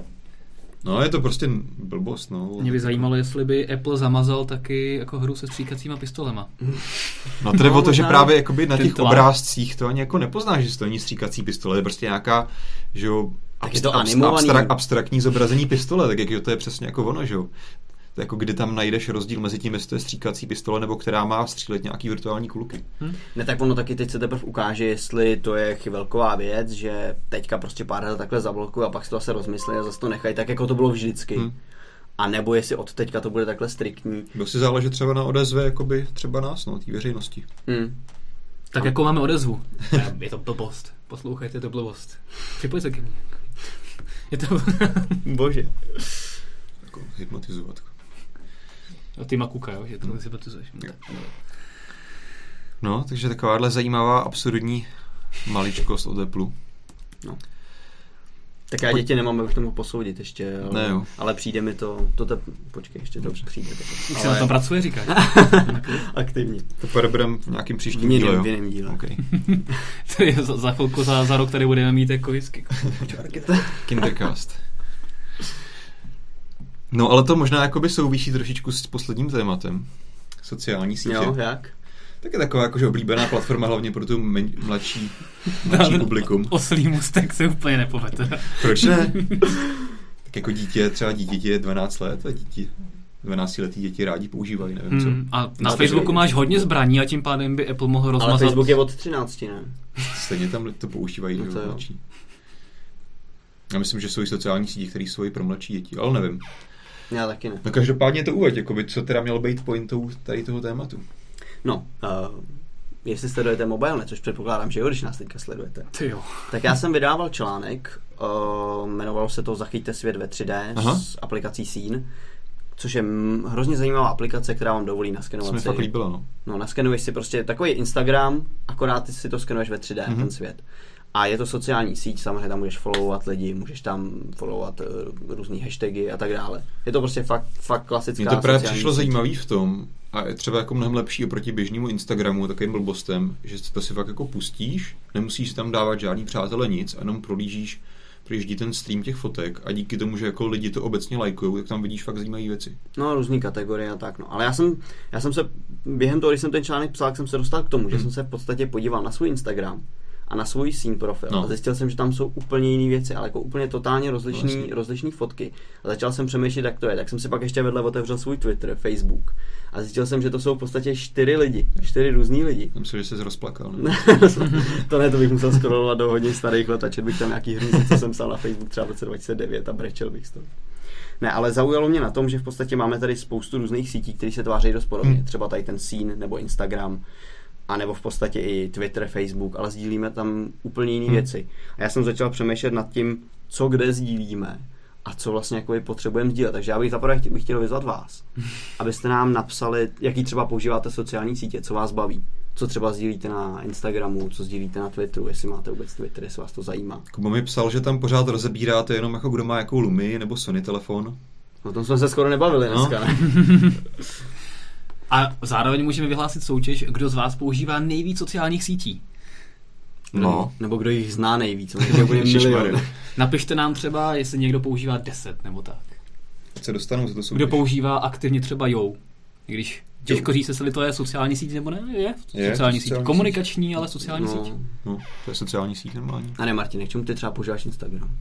No, je to prostě blbost, no. Mě by zajímalo, jestli by Apple zamazal taky jako hru se stříkacíma pistolema. No to je no, o to, že právě jakoby na těch obrázcích to ani jako nepoznáš, že to není stříkací pistole, je prostě nějaká, že jo, abst- abstrak- abstraktní zobrazení pistole, tak jak to je přesně jako ono, že jo. To je jako kdy tam najdeš rozdíl mezi tím, jestli to je stříkací pistole, nebo která má střílet nějaký virtuální kulky. Hmm. Ne, tak ono taky teď se teprve ukáže, jestli to je chyvelková věc, že teďka prostě pár let takhle zablokují a pak si to zase rozmyslí a zase to nechají tak, jako to bylo vždycky. Hmm. A nebo jestli od teďka to bude takhle striktní. To si záleží třeba na odezvě, jakoby třeba nás, no, té veřejnosti. Hmm. Tak a... jako máme odezvu. Je to blbost. Poslouchejte, je to blbost. Připoj se k ní. Je to... Bože. Jako hypnotizovat. Ty makuka, jo, že to si hypnotizuješ. No, takže takováhle zajímavá, absurdní maličkost od Apple. No. Tak já děti nemám, abych to mohl posoudit ještě, ale, ne, jo. ale přijde mi to, to te, počkej, ještě to přijde. Už se na tom pracuje, říkáš? Aktivně. To probereme v nějakým příštím v díle, jo? V jiném díle. Okay. To je za, za chvilku, za, za rok tady budeme mít jako whisky. Kindercast. No, ale to možná jakoby souvisí trošičku s posledním tématem. Sociální sítě. Jo, jak? Tak je taková jakože oblíbená platforma hlavně pro tu men, mladší, mladší publikum. Oslý můstek se úplně nepovede. Proč ne? Tak jako dítě, třeba dítě je dvanáct let a dítě, dvanáctiletí děti rádi používají, nevím co. Hmm, a na Facebooku máš hodně zbraní a tím pádem by Apple mohl rozmazat. Ale Facebook je od třinácti, ne? Stejně tam to používají, no to mladší. Já myslím, že jsou i sociální sítě, které jsou i pro mladší děti, ale nevím. Já taky ne. No každopádně to uveď, jakoby, co teda mělo být pointou tady toho tématu. No, uh, jestli sledujete Mobilnet, což předpokládám, že jo, když nás teďka sledujete. Ty jo. Tak já jsem vydával článek, uh, jmenovalo se to Zachyťte svět ve tři dé Aha. s aplikací Scene, což je m- hrozně zajímavá aplikace, která vám dovolí naskenovat si. To mi fakt líbilo, no. No, naskenuješ si prostě takový Instagram, akorát ty si to skenuješ ve tři dé, mm-hmm. ten svět. A je to sociální síť, samozřejmě tam můžeš followovat lidi, můžeš tam followovat uh, různý hashtagy a tak dále. Je to prostě fakt, fakt klasická. Mně to právě přišlo zajímavý v tom, a je třeba jako mnohem lepší oproti běžnému Instagramu, takovým blbostem, že to si fakt jako pustíš, nemusíš si tam dávat žádný přátelé nic, jenom prolížíš, projíždí ten stream těch fotek a díky tomu, že jako lidi to obecně lajkujou, tak tam vidíš fakt zajímavé věci. No, různý kategorie a tak, no. Ale já jsem, já jsem se, během toho, když jsem ten článek psal, jsem se dostal k tomu, hmm. že jsem se v podstatě podíval na svůj Instagram a na svůj Scene profil no. a zjistil jsem, že tam jsou úplně jiné věci, ale jako úplně totálně rozlišný, no, rozlišný fotky. A začal jsem přemýšlet, jak to je. Tak jsem si pak ještě vedle otevřel svůj Twitter, Facebook a zjistil jsem, že to jsou v podstatě čtyři lidi, čtyři různý lidi. Myslím, že jsi rozplakal. To ne, to bych musel scrollovat do hodně starých let a čet bych tam nějaký hrůzy, co jsem psal na Facebook třeba v roce dva tisíce devět a brečel bych z toho. Ne, ale zaujalo mě na tom, že v podstatě máme tady spoustu různých sítí, které se tváří dost podobně. Hmm. Třeba tady ten Scene nebo Instagram, a nebo v podstatě i Twitter, Facebook, ale sdílíme tam úplně jiné hmm. věci. A já jsem začal přemýšlet nad tím, co kde sdílíme a co vlastně jako potřebujeme sdílet. Takže já bych zaprvé bych chtěl vyzvat vás, abyste nám napsali, jaký třeba používáte sociální sítě, co vás baví. Co třeba sdílíte na Instagramu, co sdílíte na Twitteru, jestli máte vůbec Twitter, jestli vás to zajímá. Kubo mi psal, že tam pořád rozebíráte jenom jako kdo má jakou Lumii nebo Sony telefon. O tom jsme se skoro nebavili dneska, no. ne? A zároveň můžeme vyhlásit soutěž, kdo z vás používá nejvíc sociálních sítí. No. Nebo kdo jich zná nejvíc. Napište nám třeba, jestli někdo používá deset nebo tak. Se dostanou za to soutěž. Kdo používá aktivně třeba jou. I když těžko říct, jestli to je sociální síť nebo ne, je, je sociální síť. Komunikační, síť. Ale sociální no. síť. No, to je sociální síť normální. A ne, Martin, k čemu ty třeba používáš Instagram?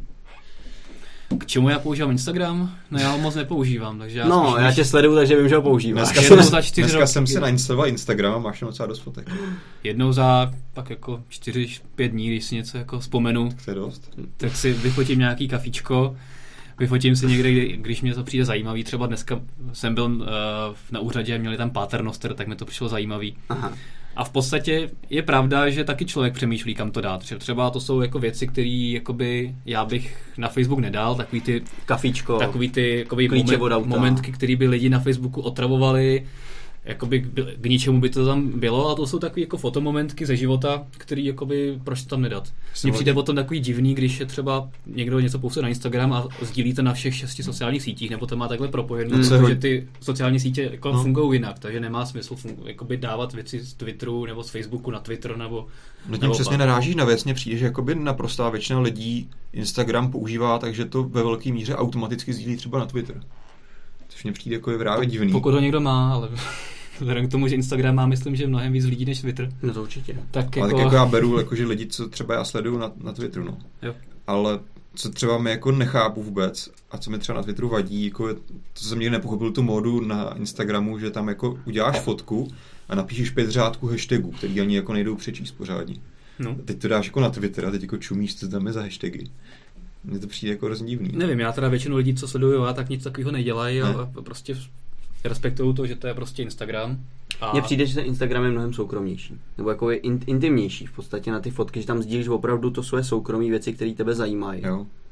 K čemu já používám Instagram? No já ho moc nepoužívám, takže já No, já tě sleduju, takže vím, že ho používáš. Dneska, jsem, za čtyři dneska roky, jsem si nainstaloval Instagram a máš tam docela dost fotek. Jednou za pak jako čtyři pět dní, když si něco jako vzpomenu, to je dost. Tak si vyfotím nějaký kafíčko, vyfotím si někde, když mě to přijde zajímavý. Třeba dneska jsem byl uh, na úřadě, měli tam Paternoster, tak mi to přišlo zajímavý. Aha. A v podstatě je pravda, že taky člověk přemýšlí, kam to dát. Třeba to jsou jako věci, které jakoby já bych na Facebook nedal, takový ty kafíčko, takový ty moment, momentky, které by lidi na Facebooku otravovali, jakoby k ničemu by to tam bylo, a to jsou takové jako fotomomentky ze života, který jakoby proč to tam nedat. Mně přijde potom takový divný, když je třeba někdo něco postuje na Instagram a sdílíte na všech šesti sociálních sítích, nebo to má takhle propojené, mm. protože ty sociální sítě jako no. fungují jinak, takže nemá smysl fungu, jakoby dávat věci z Twitteru nebo z Facebooku na Twitter nebo... No tím přesně narážíš na věc, mně přijde, že jakoby naprostá většina lidí Instagram používá, takže to ve velké míře automaticky sdílí třeba na Twitter. Což mně přijde jako je právě divný. Pokud ho někdo má, ale... Vzhledem k tomu, že Instagram má, myslím, že mnohem víc lidí než Twitter. No to určitě. Tak ale jako... tak jako já beru, jako, že lidi, co třeba já sleduju na, na Twitteru, no. Jo. Ale co třeba mi jako nechápu vůbec a co mi třeba na Twitteru vadí, jako je, to jsem někdy nepochopil tu módu na Instagramu, že tam jako uděláš fotku a napíšeš pět řádků hashtagů, který ani jako nejdou přečíst pořádně. No. Teď to dáš jako na Twitter a teď jako čumíš, co tam je za hashtagy. Mně to přijde jako rozdivný. Nevím, já teda většinu lidí, co sleduju, a tak nic takového nedělají ne. a prostě respektuju to, že to je prostě Instagram. A... Mně přijde, že ten Instagram je mnohem soukromnější. Nebo jako je in, intimnější v podstatě na ty fotky, že tam sdílíš opravdu to svoje soukromí věci, které tebe zajímají. Jo.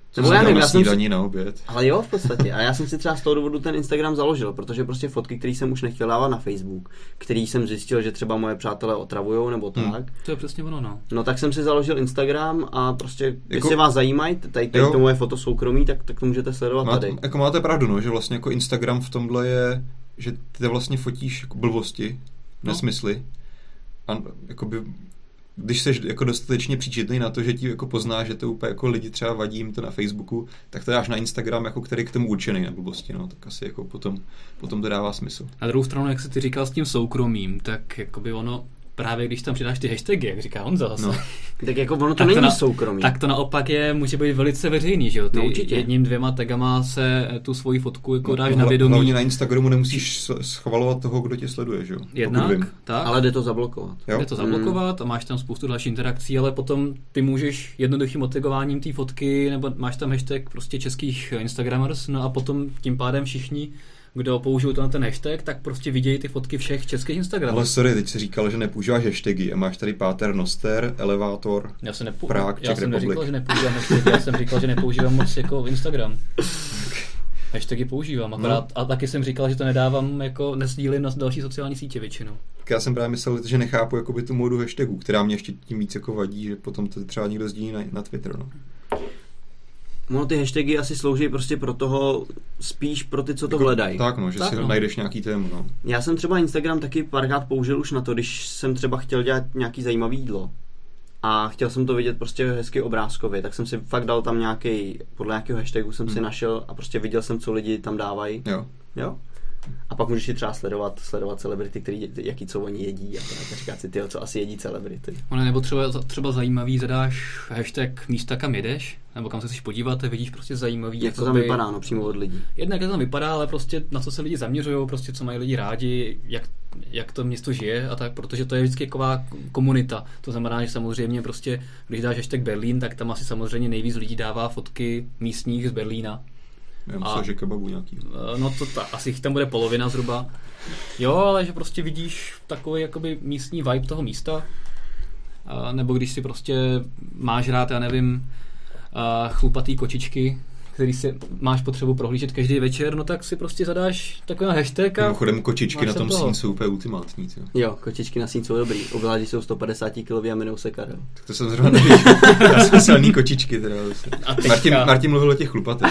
Nebo já nevím, já jsem si... na oběd. Ale jo, v podstatě. A já jsem si třeba z toho důvodu ten Instagram založil, protože prostě fotky, které jsem už nechtěl dávat na Facebook, který jsem zjistil, že třeba moje přátelé otravujou nebo tak. Hmm. To je přesně ono, no. No tak jsem si založil Instagram a prostě, jako... jestli vás zajímají, tady, tady to moje foto soukromí, tak, tak to můžete sledovat Má, tady. Jako máte pravdu, no, že vlastně jako Instagram v tomhle je, že ty vlastně fotíš jako blbosti, no. nesmysly. A jakoby když jsi jako dostatečně příčetný na to, že ti jako poznáš, že to úplně jako lidi třeba vadí jim to na Facebooku, tak to dáš na Instagram, jako který k tomu určený na blbosti, no, tak asi jako potom, potom to dává smysl. Na druhou stranu, jak jsi ty říkal s tím soukromím, tak jakoby ono, právě když tam přidáš ty hashtagy, jak říká Honza zase. No. Tak jako ono to není to na, soukromí. Tak to naopak je, může být velice veřejný, že jo? Ty no, určitě. Jedním, dvěma tagama se tu svoji fotku jako dáš no, na vědomí. Hlavně na Instagramu nemusíš schvalovat toho, kdo tě sleduje, že jo? Jednak, tak. Ale jde to zablokovat. Jo? Jde to zablokovat a máš tam spoustu dalších interakcí, ale potom ty můžeš jednoduchým odtagováním té fotky, nebo máš tam hashtag prostě českých Instagramers, no a potom tím pádem všichni, kdo použil to na ten hashtag, tak prostě vidějí ty fotky všech českých Instagramů. Ale sorry, teď jsi říkal, že nepoužíváš hashtagy a máš tady Páter Noster, Elevátor, já jsem nepou... Prague, Já Czech jsem Republic. neříkal, že nepoužívám hashtagy, já jsem říkal, že nepoužívám moc jako Instagram. Hashtagy používám, akorát, no. A taky jsem říkal, že to nedávám, jako nesdílím na další sociální sítě většinou. Tak já jsem právě myslel, že nechápu jakoby tu módu hashtagů, která mě ještě tím víc jako vadí, že potom to třeba někdo sdílí na, na Twitter, no. No, ty hashtagy asi slouží prostě pro toho, spíš pro ty, co to jako, hledají. Tak no, že tak si no. najdeš nějaký téma, no. Já jsem třeba Instagram taky párkrát použil už na to, když jsem třeba chtěl dělat nějaký zajímavý jídlo a chtěl jsem to vidět prostě hezky obrázkově, tak jsem si fakt dal tam nějaký, podle nějakého hashtagu jsem hmm. si našel a prostě viděl jsem, co lidi tam dávají. Jo. Jo. A pak můžeš si třeba sledovat, sledovat celebrity, který, jaký co oni jedí a tak, a říkat si, tyjo, co asi jedí celebrity. Ono nebo třeba, třeba zajímavý, zadáš hashtag místa, kam jedeš, nebo kam se chceš podívat a vidíš prostě zajímavý. Jak to tam by... vypadá, no, přímo od lidí. Jednak jak to tam vypadá, ale prostě na co se lidi zaměřují, prostě co mají lidi rádi, jak, jak to město žije a tak, protože to je vždycky taková komunita. To znamená, že samozřejmě prostě, když dáš hashtag Berlín, tak tam asi samozřejmě nejvíc lidí dává fotky místních z Berlína. Já myslím, že kebabu nějaký. No to ta, asi tam bude polovina zhruba. Jo, ale že prostě vidíš takový jakoby místní vibe toho místa. A nebo když si prostě máš rád, já nevím, chlupatý kočičky, který si máš potřebu prohlížet každý večer, no tak si prostě zadáš takový hashtag a... Mimochodem kočičky na tom sín jsou úplně ultimátní. Co? Jo, kočičky na sín jsou dobrý. Obvládi jsou sto padesát kilový a jmenou se Karel. Tak to jsem zrovna nevěděl. Já jsem silný kočičky. Teda. Martin, Martin mluvil o těch chlupatých.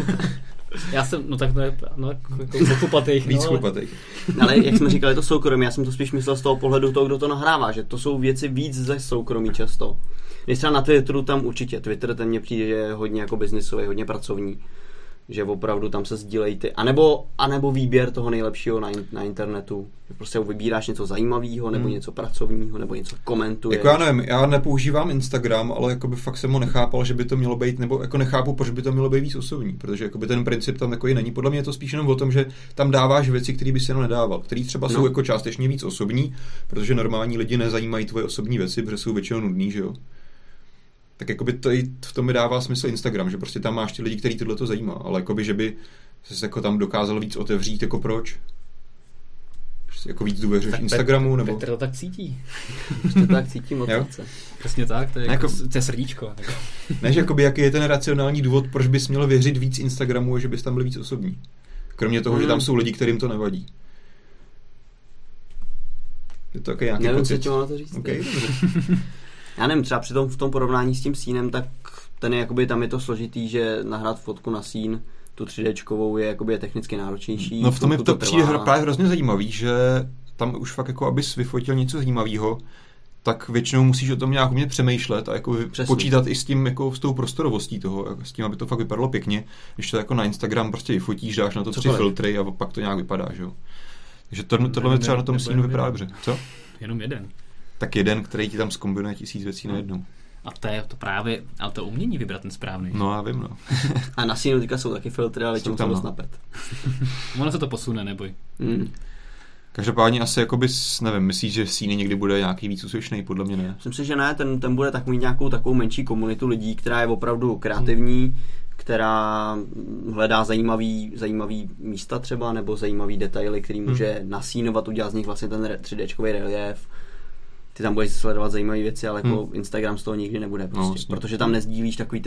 Já jsem, no tak to je, no, jako chlupatých. Víc no, chlupatých. Ale jak jsme říkali, to soukromí, já jsem to spíš myslel z toho pohledu toho, kdo to nahrává, že to jsou věci víc ze soukromí často. Když třeba na Twitteru tam určitě, Twitter ten mně přijde, že je hodně jako biznisový, hodně pracovní, že opravdu tam se sdílejí ty, anebo, anebo výběr toho nejlepšího na, in, na internetu, že prostě vybíráš něco zajímavého, nebo hmm. něco pracovního, nebo něco komentuješ. Jako já nevím, já nepoužívám Instagram, ale jakoby fakt jsem ho nechápal, že by to mělo být, nebo jako nechápu, proč by to mělo být víc osobní, protože jakoby ten princip tam takový není. Podle mě je to spíš jenom o tom, že tam dáváš věci, které by si jenom nedával, které třeba no. jsou jako částečně víc osobní, protože normální lidi nezajímají tvoje osobní věci, protože jsou většinou nudný, že jo. Tak jakoby to i v tom mi dává smysl Instagram, že prostě tam máš ty lidi, který tohle to zajímá, ale jakoby, že by se jako tam dokázal víc otevřít, jako proč? Že jako víc důvěřuješ Instagramu, Petr, nebo? Petr to tak cítí. Prostě to tak cítím od srdce. Přesně tak, to je, jako, to je srdíčko. Ne, že jakoby, jaký je ten racionální důvod, proč bys měl věřit víc Instagramu a že bys tam byl víc osobní. Kromě toho, mm. že tam jsou lidi, kterým to nevadí. Je to takový nějaký nevím, pocit. co na to říct. Okay, já nevím, třeba při tom, v tom porovnání s tím sínem, tak ten je, jakoby, tam je to složitý, že nahrát fotku na sín, tu tři déčkovou je, jakoby, je technicky náročnější. No v tom je to, to přijde právě hrozně zajímavý, že tam už fakt jako, abys vyfotil něco zajímavého, tak většinou musíš o tom nějak umět přemýšlet a jako počítat i s tím, jako s tou prostorovostí toho, jako s tím, aby to fakt vypadalo pěkně, když to jako na Instagram prostě vyfotíš, dáš na to tři filtry a pak to nějak vypadá, že jo. Takže to, tohle mi třeba na tom sínu vypadá dobře. Co? Jenom jeden. Tak jeden, který ti tam zkombinuje tisíc věcí najednou. A to je to právě, ale to umění vybrat ten správný. No já vím, no. A na sínu teďka jsou taky filtry, ale čemu jsou dost napět. Ono se to posune, neboj. Mm. Každopádně asi jakoby, nevím, myslíš, že síny někdy bude nějaký víc úspěšný? Podle mě ne. Myslím si, že ne, ten, ten bude tak mít nějakou takovou menší komunitu lidí, která je opravdu kreativní, hmm. která hledá zajímavý, zajímavý místa třeba, nebo zajímavý detaily, který může hmm. nasínovat, udělat z nich vlastně ten tři déčkový relief. Ty tam budeš sledovat zajímavé věci, ale jako hmm. Instagram z toho nikdy nebude prostě, no, protože tam nezdílíš takový ty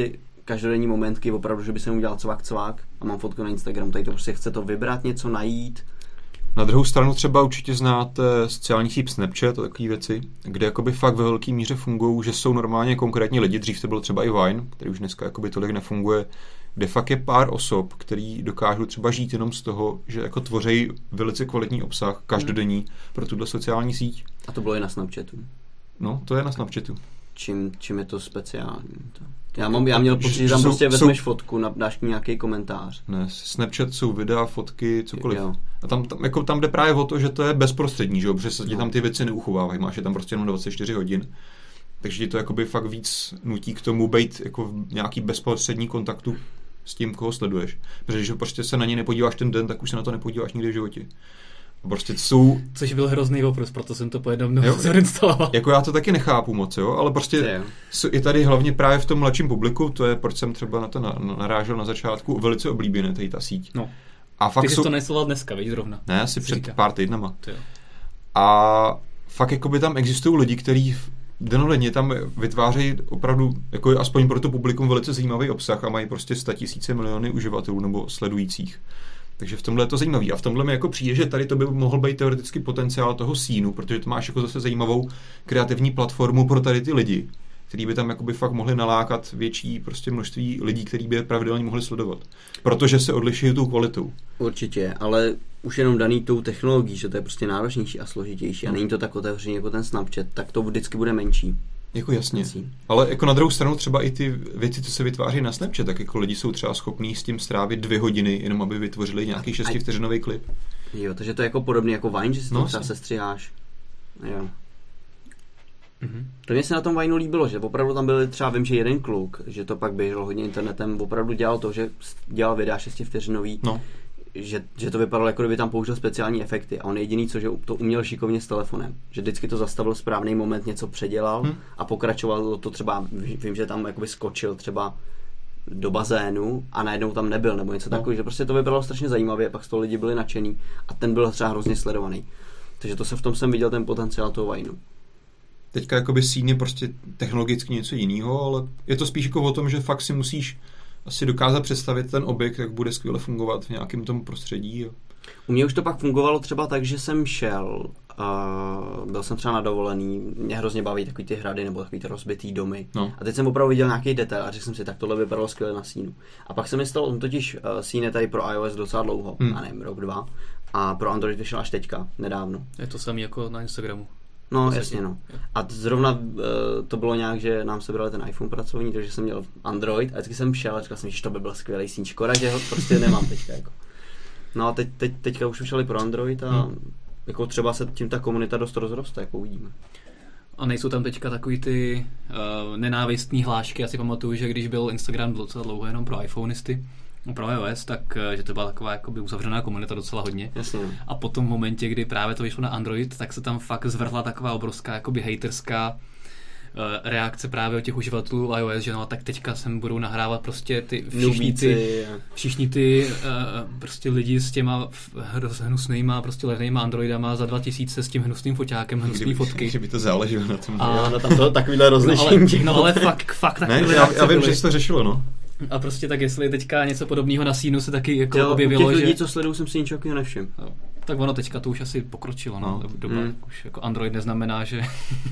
každodenní momentky, opravdu, že by se mu udělal cvak cvak a mám fotku na Instagramu, tady to prostě chce to vybrat, něco najít. Na druhou stranu třeba určitě znáte sociální síť Snapchat a takové věci, kde jakoby fakt ve velké míře fungují, že jsou normálně konkrétní lidi, dřív to byl třeba i Vine, který už dneska jakoby tolik nefunguje, kde fakt je pár osob, který dokážou třeba žít jenom z toho, že jako tvoří velice kvalitní obsah každodenní pro tuhle sociální síť. A to bylo i na Snapchatu. No, to je na Snapchatu. Čím, čím je to speciální? To... Já, mám, já měl pocit, že tam jsou, prostě vezmeš jsou... fotku, dáš k nějaký komentář. Ne, Snapchat jsou videa, fotky, cokoliv. Jo. A tam, tam, jako, tam jde právě o to, že to je bezprostřední, že jo? Protože se ti tam ty věci neuchovávají, máš je tam prostě jenom dvacet čtyři hodin. Takže ti to jakoby fakt víc nutí k tomu být jako v nějaký bezprostřední kontaktu s tím, koho sleduješ. Protože když prostě se na ně nepodíváš ten den, tak už se na to nepodíváš nikdy v životě. A prostě jsou... Což byl hrozný oprus, proto jsem to po jednom dnu zainstaloval. Jako já to taky nechápu moc, jo, ale prostě je tady hlavně právě v tom mladším publiku, to je, proč jsem třeba na to narážel na začátku, velice oblíbené tady ta síť. No. A fakt Ty jsi jsou... to nesloval dneska, víš, zrovna. Ne, asi před říká. pár týdnama. To jo. A fakt jakoby tam existují lidi, kteří denodenně tam vytvářejí opravdu, jako aspoň pro to publikum, velice zajímavý obsah a mají prostě statisíce miliony uživatelů nebo sledujících. Takže v tomhle je to zajímavý. A v tomhle mi jako přijde, že tady to by mohl být teoreticky potenciál toho sínu, protože to máš jako zase zajímavou kreativní platformu pro tady ty lidi, který by tam jakoby fakt mohli nalákat větší prostě množství lidí, který by je pravidelně mohli sledovat. Protože se odlišují tou kvalitou. Určitě, ale už jenom daný tou technologií, že to je prostě náročnější a složitější a není to tak otevřený jako ten Snapchat, tak to vždycky bude menší. Jako jasně. Ale jako na druhou stranu třeba i ty věci, co se vytváří na Snapchat, tak jako lidi jsou třeba schopní s tím strávit dvě hodiny, jenom aby vytvořili nějaký šestivteřinový klip. Jo, takže to je jako podobný jako Vine, že si no, to třeba sestřiháš. Jo. Mm-hmm. To mě se na tom Vineu líbilo, že opravdu tam byl třeba, vím, že jeden kluk, že to pak běžel hodně internetem, opravdu dělal to, že dělal videa šestivteřinový, no. že, že to vypadalo, jako kdyby tam použil speciální efekty a on jediný, co že to uměl šikovně s telefonem, že vždycky to zastavil správný moment, něco předělal hmm. a pokračoval to třeba, vím, že tam jakoby skočil třeba do bazénu a najednou tam nebyl nebo něco no. takového, že prostě to vypadalo strašně zajímavě, pak z toho lidi byli nadšený a ten byl třeba hrozně sledovaný. Takže to se v tom jsem viděl ten potenciál toho Vineu. Teďka jakoby síň je prostě technologicky něco jiného, ale je to spíš jako o tom, že fakt si musíš asi dokázat představit ten objekt, jak bude skvěle fungovat v nějakém tom prostředí. Jo. U mě už to pak fungovalo třeba tak, že jsem šel, uh, byl jsem třeba na dovolený, mě hrozně baví takový ty hrady nebo takový ty rozbitý domy. No. A teď jsem opravdu viděl nějaký detail a řekl jsem si, tak tohle vypadalo skvěle na sínu. A pak jsem myslel, on totiž uh, sín je tady pro iOS docela dlouho, hmm. a nevím, rok, dva. A pro Android vyšel až teďka, nedávno. Je to samý jako na Instagramu. No, vlastně. Jasně, no. A zrovna uh, to bylo nějak, že nám sebrali ten iPhone pracovní, takže jsem měl Android a vždycky jsem šel a říkal jsem, že to by byl skvělý síň. Škoda, že ho prostě nemám teďka. Jako. No a teď, teď, teďka už šeli pro Android a hmm. jako třeba se tím ta komunita dost rozroste, jako uvidíme. A nejsou tam teďka takový ty uh, nenávistný hlášky, já si pamatuju, že když byl Instagram docela dlouho jenom pro iPhoneisty, pro iOS, tak že to byla taková jakoby uzavřená komunita docela hodně. Jasně. A potom v momentě, kdy právě to vyšlo na Android, tak se tam fakt zvrhla taková obrovská jakoby hejterská uh, reakce právě od těch uživatelů iOS, že no tak teďka sem budou nahrávat prostě ty všichni ty, všichni ty uh, prostě lidi s těma hnusnýma, prostě levnýma Androidama za dva tisíce s tím hnusným foťákem, hnusný kdyby, fotky. Kdyby to záleželo na tom. A na tam to takovýhle rozlišení. No, no ale fakt, fakt takové ne, já, já vím, že se to řešilo, no. A prostě tak jestli teďka něco podobného na sínu se taky jako jo, objevilo, u těch že... lidí, co sledují, jsem si ničeho takového nevšiml. No, tak ono teďka to už asi pokročilo, no, no. doba, mm. už jako Android neznamená, že...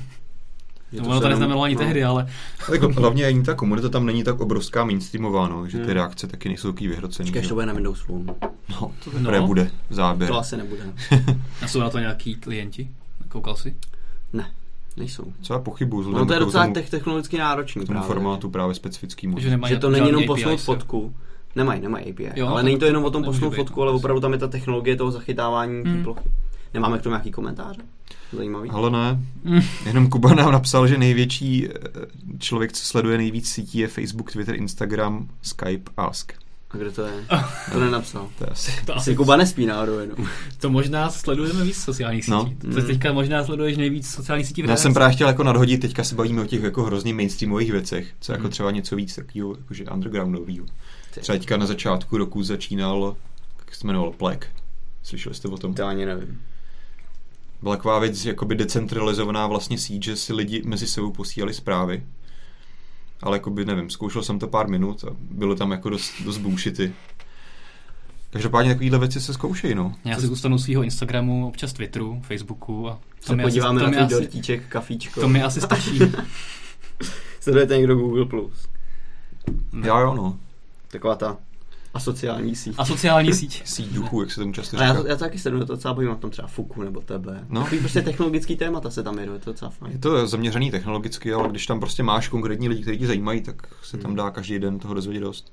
no, to ono to neznamenalo ani no. tehdy, ale... Jako, hlavně ani ta komunita tam není tak obrovská mainstreamová, no, že ty mm. reakce taky nejsou takový vyhrocený. Čekáš, to bude na Windows Phone. No, to no. bude záběr. To asi nebude. A jsou na to nějaký klienti? Koukal jsi? Ne. Nejsou. Co já pochybuju. No to je docela tomu, technologicky náročný k tomu právě. Formátu právě specifickýmu. Že, že to není jenom posunout fotku. Nemají, nemají A P I. Jo, ale není to jenom o tom posunout fotku, ale opravdu tam je ta technologie toho zachytávání hmm. té plochy. Nemáme k tomu nějaký komentáře? Zajímavý. Ale ne. Hmm. Jenom Kuba nám napsal, že největší člověk, co sleduje nejvíc sítí, je Facebook, Twitter, Instagram, Skype, Ask. A kde to je? To nenapsal. To je asi. To asi Kuba nespí náhodou jenom. To možná sledujeme víc sociálních sítí. No. To teďka možná sleduješ nejvíc sociálních sítí. Já jsem právě chtěl jako nadhodit, teďka se bavíme o těch jako hrozně mainstreamových věcech, co jako třeba něco víc takového, jakože undergroundového. Třeba teďka na začátku roku začínal, jak se jmenoval, Plek. Slyšeli jste o tom? To ani nevím. Byla taková věc, jakoby decentralizovaná vlastně síť, že si lidi mezi sebou posílali zprávy. ale jakoby, nevím, zkoušel jsem to pár minut a bylo tam jako dost, dost bullshity. Každopádně takovýhle věci se zkoušejí, no. Já si zůstanu svýho Instagramu, občas Twitteru, Facebooku a to se podíváme asi, na tvůj dortíček, kafíčko. To mi asi stačí. Sledujete někdo Google plus? Já jo, no. Taková ta asociální síť. Asociální síť. Síť duchů, jak se tomu často říká. říká. Já to, já to taky sleduju, to docela bavím, tam třeba Fuku nebo tebe. No. Takový prostě technologický témata se tam jedou, je to docela fajn. Je to zaměřený technologicky, ale když tam prostě máš konkrétní lidi, kteří tě zajímají, tak se tam dá každý den toho dozvědět dost.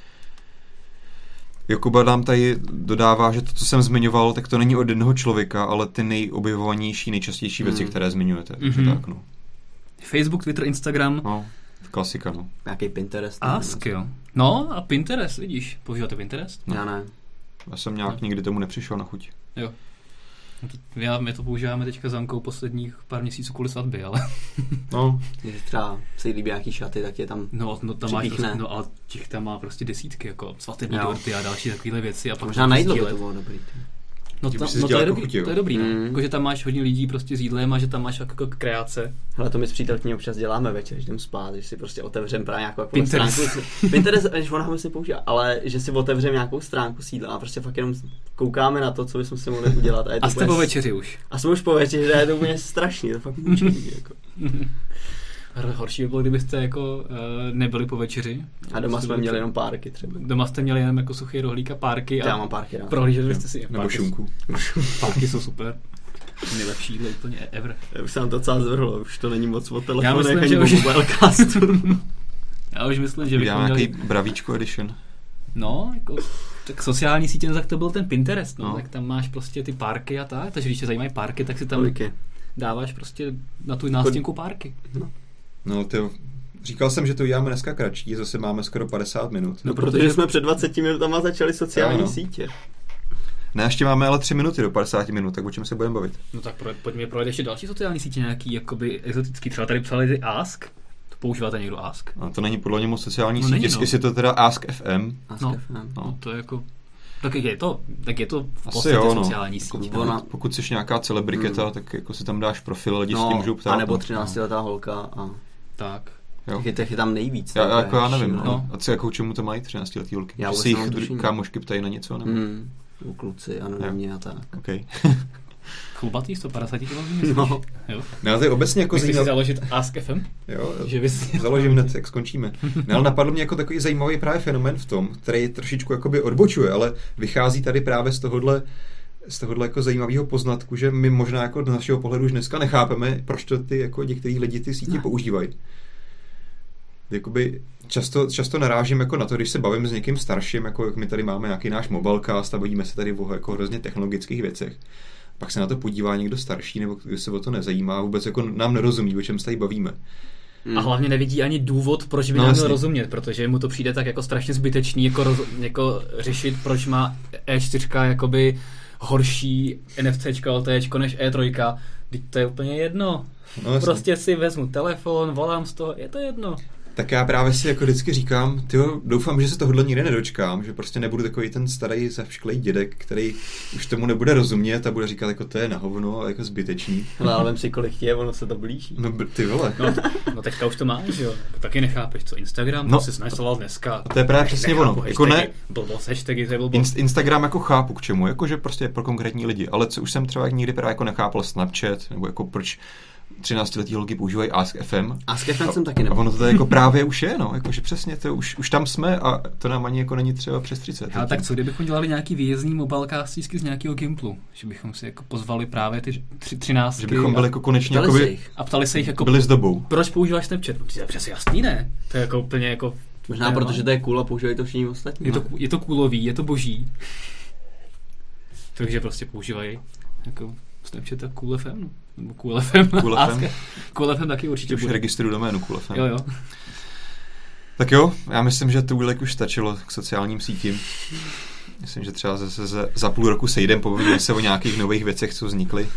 Jakuba nám tady dodává, že to, co jsem zmiňoval, tak to není od jednoho člověka, ale ty nejobjevovanější, nejčastější věci, mm. které zmiňujete. Mm-hmm. Takže tak, no. Facebook, Twitter, Instagram. No, klasika, no. Nějaký Pinterest. Ask, jo. No a Pinterest, vidíš. Používáte Pinterest? No. Já ne. Já jsem nějak no. nikdy tomu nepřišel na chuť. Jo. Já, my to používáme teďka s Ankou posledních pár měsíců kvůli svatby, ale... No, když třeba se jí líbí nějaký šaty, tak je tam No, no tam máš prostě, no ale těch tam má prostě desítky, jako svatební dorty a další takovéhle věci. A pak možná na jídlo by to bylo dobrý. No, ta, no to, je dobrý, to je dobrý, mm. no. Jako, že tam máš hodně lidí prostě s jídlem a že tam máš jako kreace. Hele, to my s přítelkyní občas děláme večer, že jdem spát, že si prostě otevřem právě nějakou jako Pinterest. stránku. Pinterest, než ona ho si používá, ale že si otevřem nějakou stránku s jídlem a prostě fakt jenom koukáme na to, co bychom si mohli udělat. A, je to a jste po večeři už. A jsme už po večeři, že je to úplně strašný, to fakt mučení, jako. Horší by bylo, kdybyste jako uh, nebyli po večeři. A doma jsme měli jenom párky třeba. Doma jste měli jenom jako suchý rohlík a párky. A já mám párky, no. Prohlíželi byste si. Nebo šunku. Párky jsou super. Nejlepší jídlo úplně ever. Já už se nám to docela zvrhlo, už to není moc o telefonech ani o mobilecastu. Já už myslím, že bychom měli... nějaký bravíčko edition. No, jako, tak sociální sítě, tak to byl ten Pinterest, no. no. Tak tam máš prostě ty párky a tak, takže když tě zajímají párky, tak si tam Koliky? dáváš prostě na tu nástěnku párky. No. No, ty, říkal jsem, že to uděláme dneska kratší, zase máme skoro padesát minut. No, no protože, protože jsme před dvaceti minutama začali sociální no. sítě. Ne, ještě máme ale tři minuty do padesáti minut, tak o čem se budeme bavit? No tak pro, pojďme projít ještě další sociální sítě, nějaký jakoby exotický, třeba tady psali ty Ask. To používáte někdo Ask? No, to není podle mě moc sociální no, sítě, není, no. jestli to teda Ask F M. Ask no, F M. No. no, to je jako... Tak je to, tak je to v podstatě jo, no. sociální síť. Pokud, no. pokud jsi nějaká celebriketa, hmm. tak jako si tam dáš profil, lidi no, s tím můžou ptát. A nebo třináctiletá holka a... Tak. Jo. Je, je tam nejvíc. Já, já, jako já nevím. No. A co, jako čemu to mají třináctiletý holky? Já že si jich dru- kámošky ptají na něco? Nebo? Hmm. U kluci, anonymně a tak. Okay. Chlubatý, sto padesát kilový. No. Jo. Ne, ale to je obecně jako zajímavé. Chceš si založit Ask F M? Jo, že bys... založím hned, jak skončíme. Ne, ale napadl mě jako takový zajímavý právě fenomén v tom, který trošičku jakoby odbočuje, ale vychází tady právě z tohohle z tohohle jako zajímavého poznatku, že my možná jako z našeho pohledu už dneska nechápeme, proč to ty jako některý lidi ty sítě no. používají. Jakoby často, často narážím jako na to, když se bavím s někým starším, jako jak my tady máme nějaký náš mobilecast a bavíme se tady o jako hrozně technologických věcech. Pak se na to podívá někdo starší, nebo kdo se o to nezajímá, vůbec jako nám nerozumí, o čem se tady bavíme. A hlavně nevidí ani důvod, proč by no, nám měl rozumět, protože mu to přijde tak jako strašně zbytečný jako, roz, jako řešit, proč má E čtyři jakoby horší NFCčko, LTEčko než E tři. Teď to je úplně jedno. No, prostě si vezmu telefon, volám z toho, je to jedno. Tak já právě si jako vždycky říkám, tyjo, doufám, že se tohohle nikdy nedočkám, že prostě nebudu takový ten starý zavšklej dědek, který už tomu nebude rozumět a bude říkat, jako to je na hovno a jako zbytečný. No, ale vem si, kolik je, ono se to blíží. No ty vole. No, no teďka už to máš, jo. Taky nechápeš, co Instagram, no, to jsi nainstaloval dneska. A to je právě přesně ono. Jako ne, blbost, hashtagy, to je blbost. Instagram jako chápu k čemu, jako že prostě je pro konkrétní lidi, ale co už jsem třeba nikdy právě jako nechápal Snapchat, nebo jako proč třináctiletí holky používají Ask F M. Ask F M jsem taky nebyl. A ono to jako právě už je, no, jakože přesně, to už, už tam jsme a to nám ani jako není třeba přes třicet. Ale tak co, kdybychom dělali nějaký výjezdní mobilecastísky z nějakého Gimplu, že bychom si jako pozvali právě ty tři, třináctky. Že bychom byli jako konečně ptali jakoby, se jich. A ptali se jich jako, byli s dobou. Proč používáš Snapchat? To je přece jasný, ne? To je jako úplně jako... Možná protože to je cool a používají to všichni ostatní. Je to, je to coolový, je to boží. Takže prostě používají jako Snapchat a Cool F M, nebo Cool F M. Cool F M. Cool F M taky určitě už bude. Registruju doménu Cool F M. Jo, jo. Tak jo, já myslím, že to už stačilo k sociálním sítím. Myslím, že třeba zase za, za půl roku sejdem, pověděli se o nějakých nových věcech, co vznikly.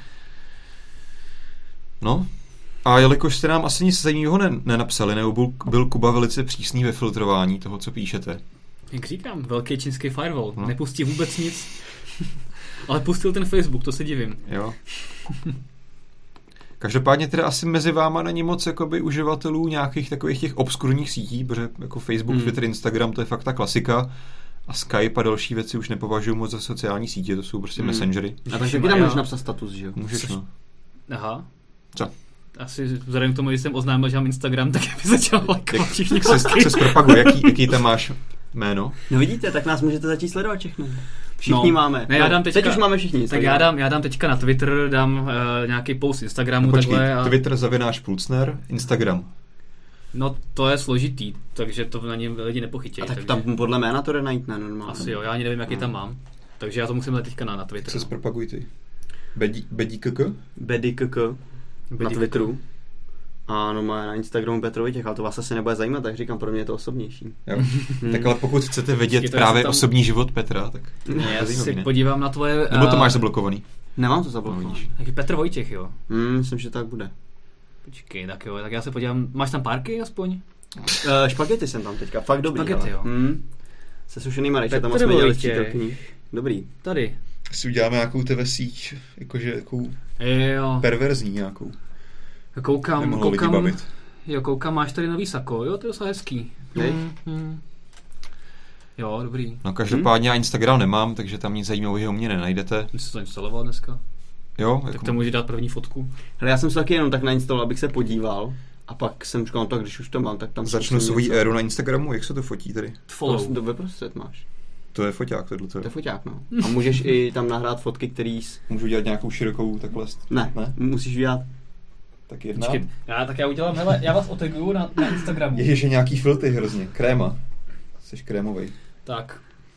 No, a jelikož jste nám asi nic zajímavého nenapsali, nebo byl, byl Kuba velice přísný ve filtrování toho, co píšete. Jak říkám, velký čínský firewall, no. Nepustí vůbec nic. Ale pustil ten Facebook, to se divím. Jo. Každopádně teda asi mezi váma není moc jakoby uživatelů nějakých takových těch obskurních sítí, protože jako Facebook, hmm. Twitter, Instagram, to je fakt ta klasika. A Skype a další věci už nepovažuji moc za sociální sítě, to jsou prostě hmm. messengery. A takže taky tam můžeš napsat status, že jo? Můžeš, no. Aha. Co? Asi vzhledem k tomu, že jsem oznámil, že mám Instagram, tak by začal lajkovat všichni se, se zpropaguj, jaký, jaký tam máš jméno? No vidíte, tak nás můžete začít sledovat všechny. Všichni no, máme. Ne, já dám teďka, teď už máme všichni. Tak já dám, já dám teďka na Twitter, dám uh, nějaký post Instagramu. No, počkej, takhle. A... Twitter zavináš Plucner, Instagram. No to je složitý, takže to na něm lidi nepochytějí. A tak takže... tam podle jména to jde najít, ne? Normálně. Asi jo, já ani nevím, jaký no. tam mám. Takže já to musím dát teďka na, na Twitter. Se zpropaguj ty. Bedíkk? Bedíkk na Twitteru. A no má na Instagramu Petr Vojtěch, ale to vás asi nebude zajímat, tak říkám, pro mě je to osobnější. Jo. Tak ale pokud chcete vědět právě tam... osobní život Petra, tak ne, já se podívám na tvoje... Nebo to máš zablokovaný? Nemám to zablokovaný. Taky Petr Vojtěch, jo? Hmm, myslím, že tak bude. Počkej, tak jo, tak já se podívám, máš tam párky aspoň? Uh, špagety jsem tam teďka, fakt dobrý. Špagety, jo. Hmm. Se sušenýma rejčatama jsme dělali střítelkyní. Dobrý. Tady. Si uděláme nějakou té síť, jakože jakou jo. perverzní nějakou. Koukám, koukám, jo, koukám, máš tady nový sako, jo, to je docela hezký. Hmm. Hmm. Jo, dobrý. No každopádně hmm? já Instagram nemám, takže tam nic zajímavého u mě nenajdete. Ty jsi to instaloval dneska? Jo. Tak jako... to můžeš dát první fotku. Hele, já jsem se taky jenom tak nainstaloval, abych se podíval. A pak jsem říkal, no tak když už to mám, tak tam... Začnu svou éru na Instagramu, jak se to fotí tady? Follow. To ve prostřed máš. To je foťák, tohle to je. To je foťák, no. A můžeš i tam nahrát fotky, který... Můžu dělat nějakou širokou takhle? Ne, ne? Musíš dělat. Tak jedna. Počkej, já, tak já udělám, hele, já vás otaguju na, na Instagramu. Ježiš, nějaký filtry hrozně, kréma. Jseš krémovej. Tak.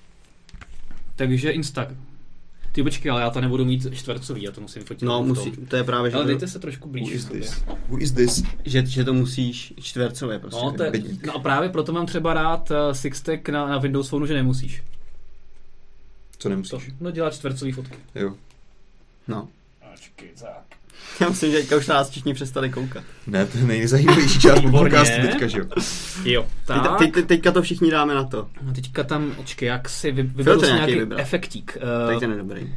Takže Insta. Ty počkej, ale já to nebudu mít čtvercový, já to musím fotit. No, musí, to je právě, že... Ale dejte se trošku blíž. Who is this? Who is this? Že, že to musíš čtvercově prostě. No, to je, no a právě proto mám třeba rád uh, Sixtech na, na Windows Phoneu, že nemusíš. Co nemusíš? To, no dělat čtvercový fotky. Jo. No. Počkej, tak. Já myslím, že teďka už nás všichni přestali koukat. Ne, to je nejzajímavější část podcastu teďka, že jo? Jo, tak. Teď, teď, teďka to všichni dáme na to. No teďka tam, počkej, jak si vy, vyberu si nějaký vybrat. Efektík. Uh, tak ten je dobrý.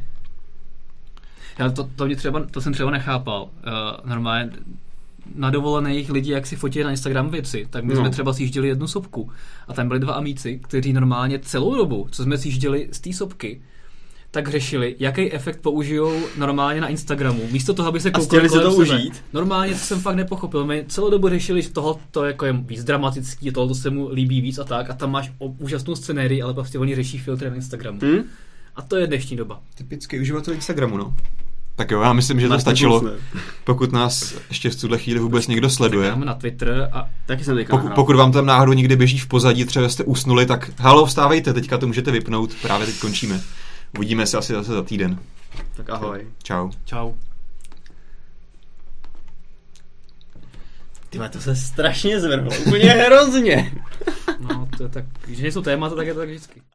Já to, to, mě třeba, to jsem třeba nechápal. Uh, normálně na dovolených lidi, jak si fotí na Instagram věci, tak my no. jsme třeba sjížděli jednu sopku a tam byli dva amíci, kteří normálně celou dobu, co jsme sjížděli z té sopky, tak řešili, jaký efekt použijou normálně na Instagramu. Místo toho, aby se koukali kolem to sebe. Užít. Normálně to jsem fakt nepochopil. My celou dobu řešili, že tohle to jako je víc dramatický, tohle se mu líbí víc a tak. A tam máš úžasnou scenérii, ale prostě oni řeší filtry na Instagramu. Hmm? A to je dnešní doba. Typický uživatel Instagramu, no. Tak jo, já myslím, že to stačilo. Pokud nás ještě v tuhle chvíli vůbec někdo sleduje. Na Twitter a taky jsem Poku, pokud vám tam náhodou někdy běží v pozadí, třeba jste usnuli, tak halo, vstávejte, teďka to můžete vypnout, právě teď končíme. Uvidíme se asi zase za týden. Tak ahoj. Čau. Čau. Tyhle, to se strašně zvrhlo. Úplně hrozně. No, to je tak, když nejsou témata, tak je to tak vždycky.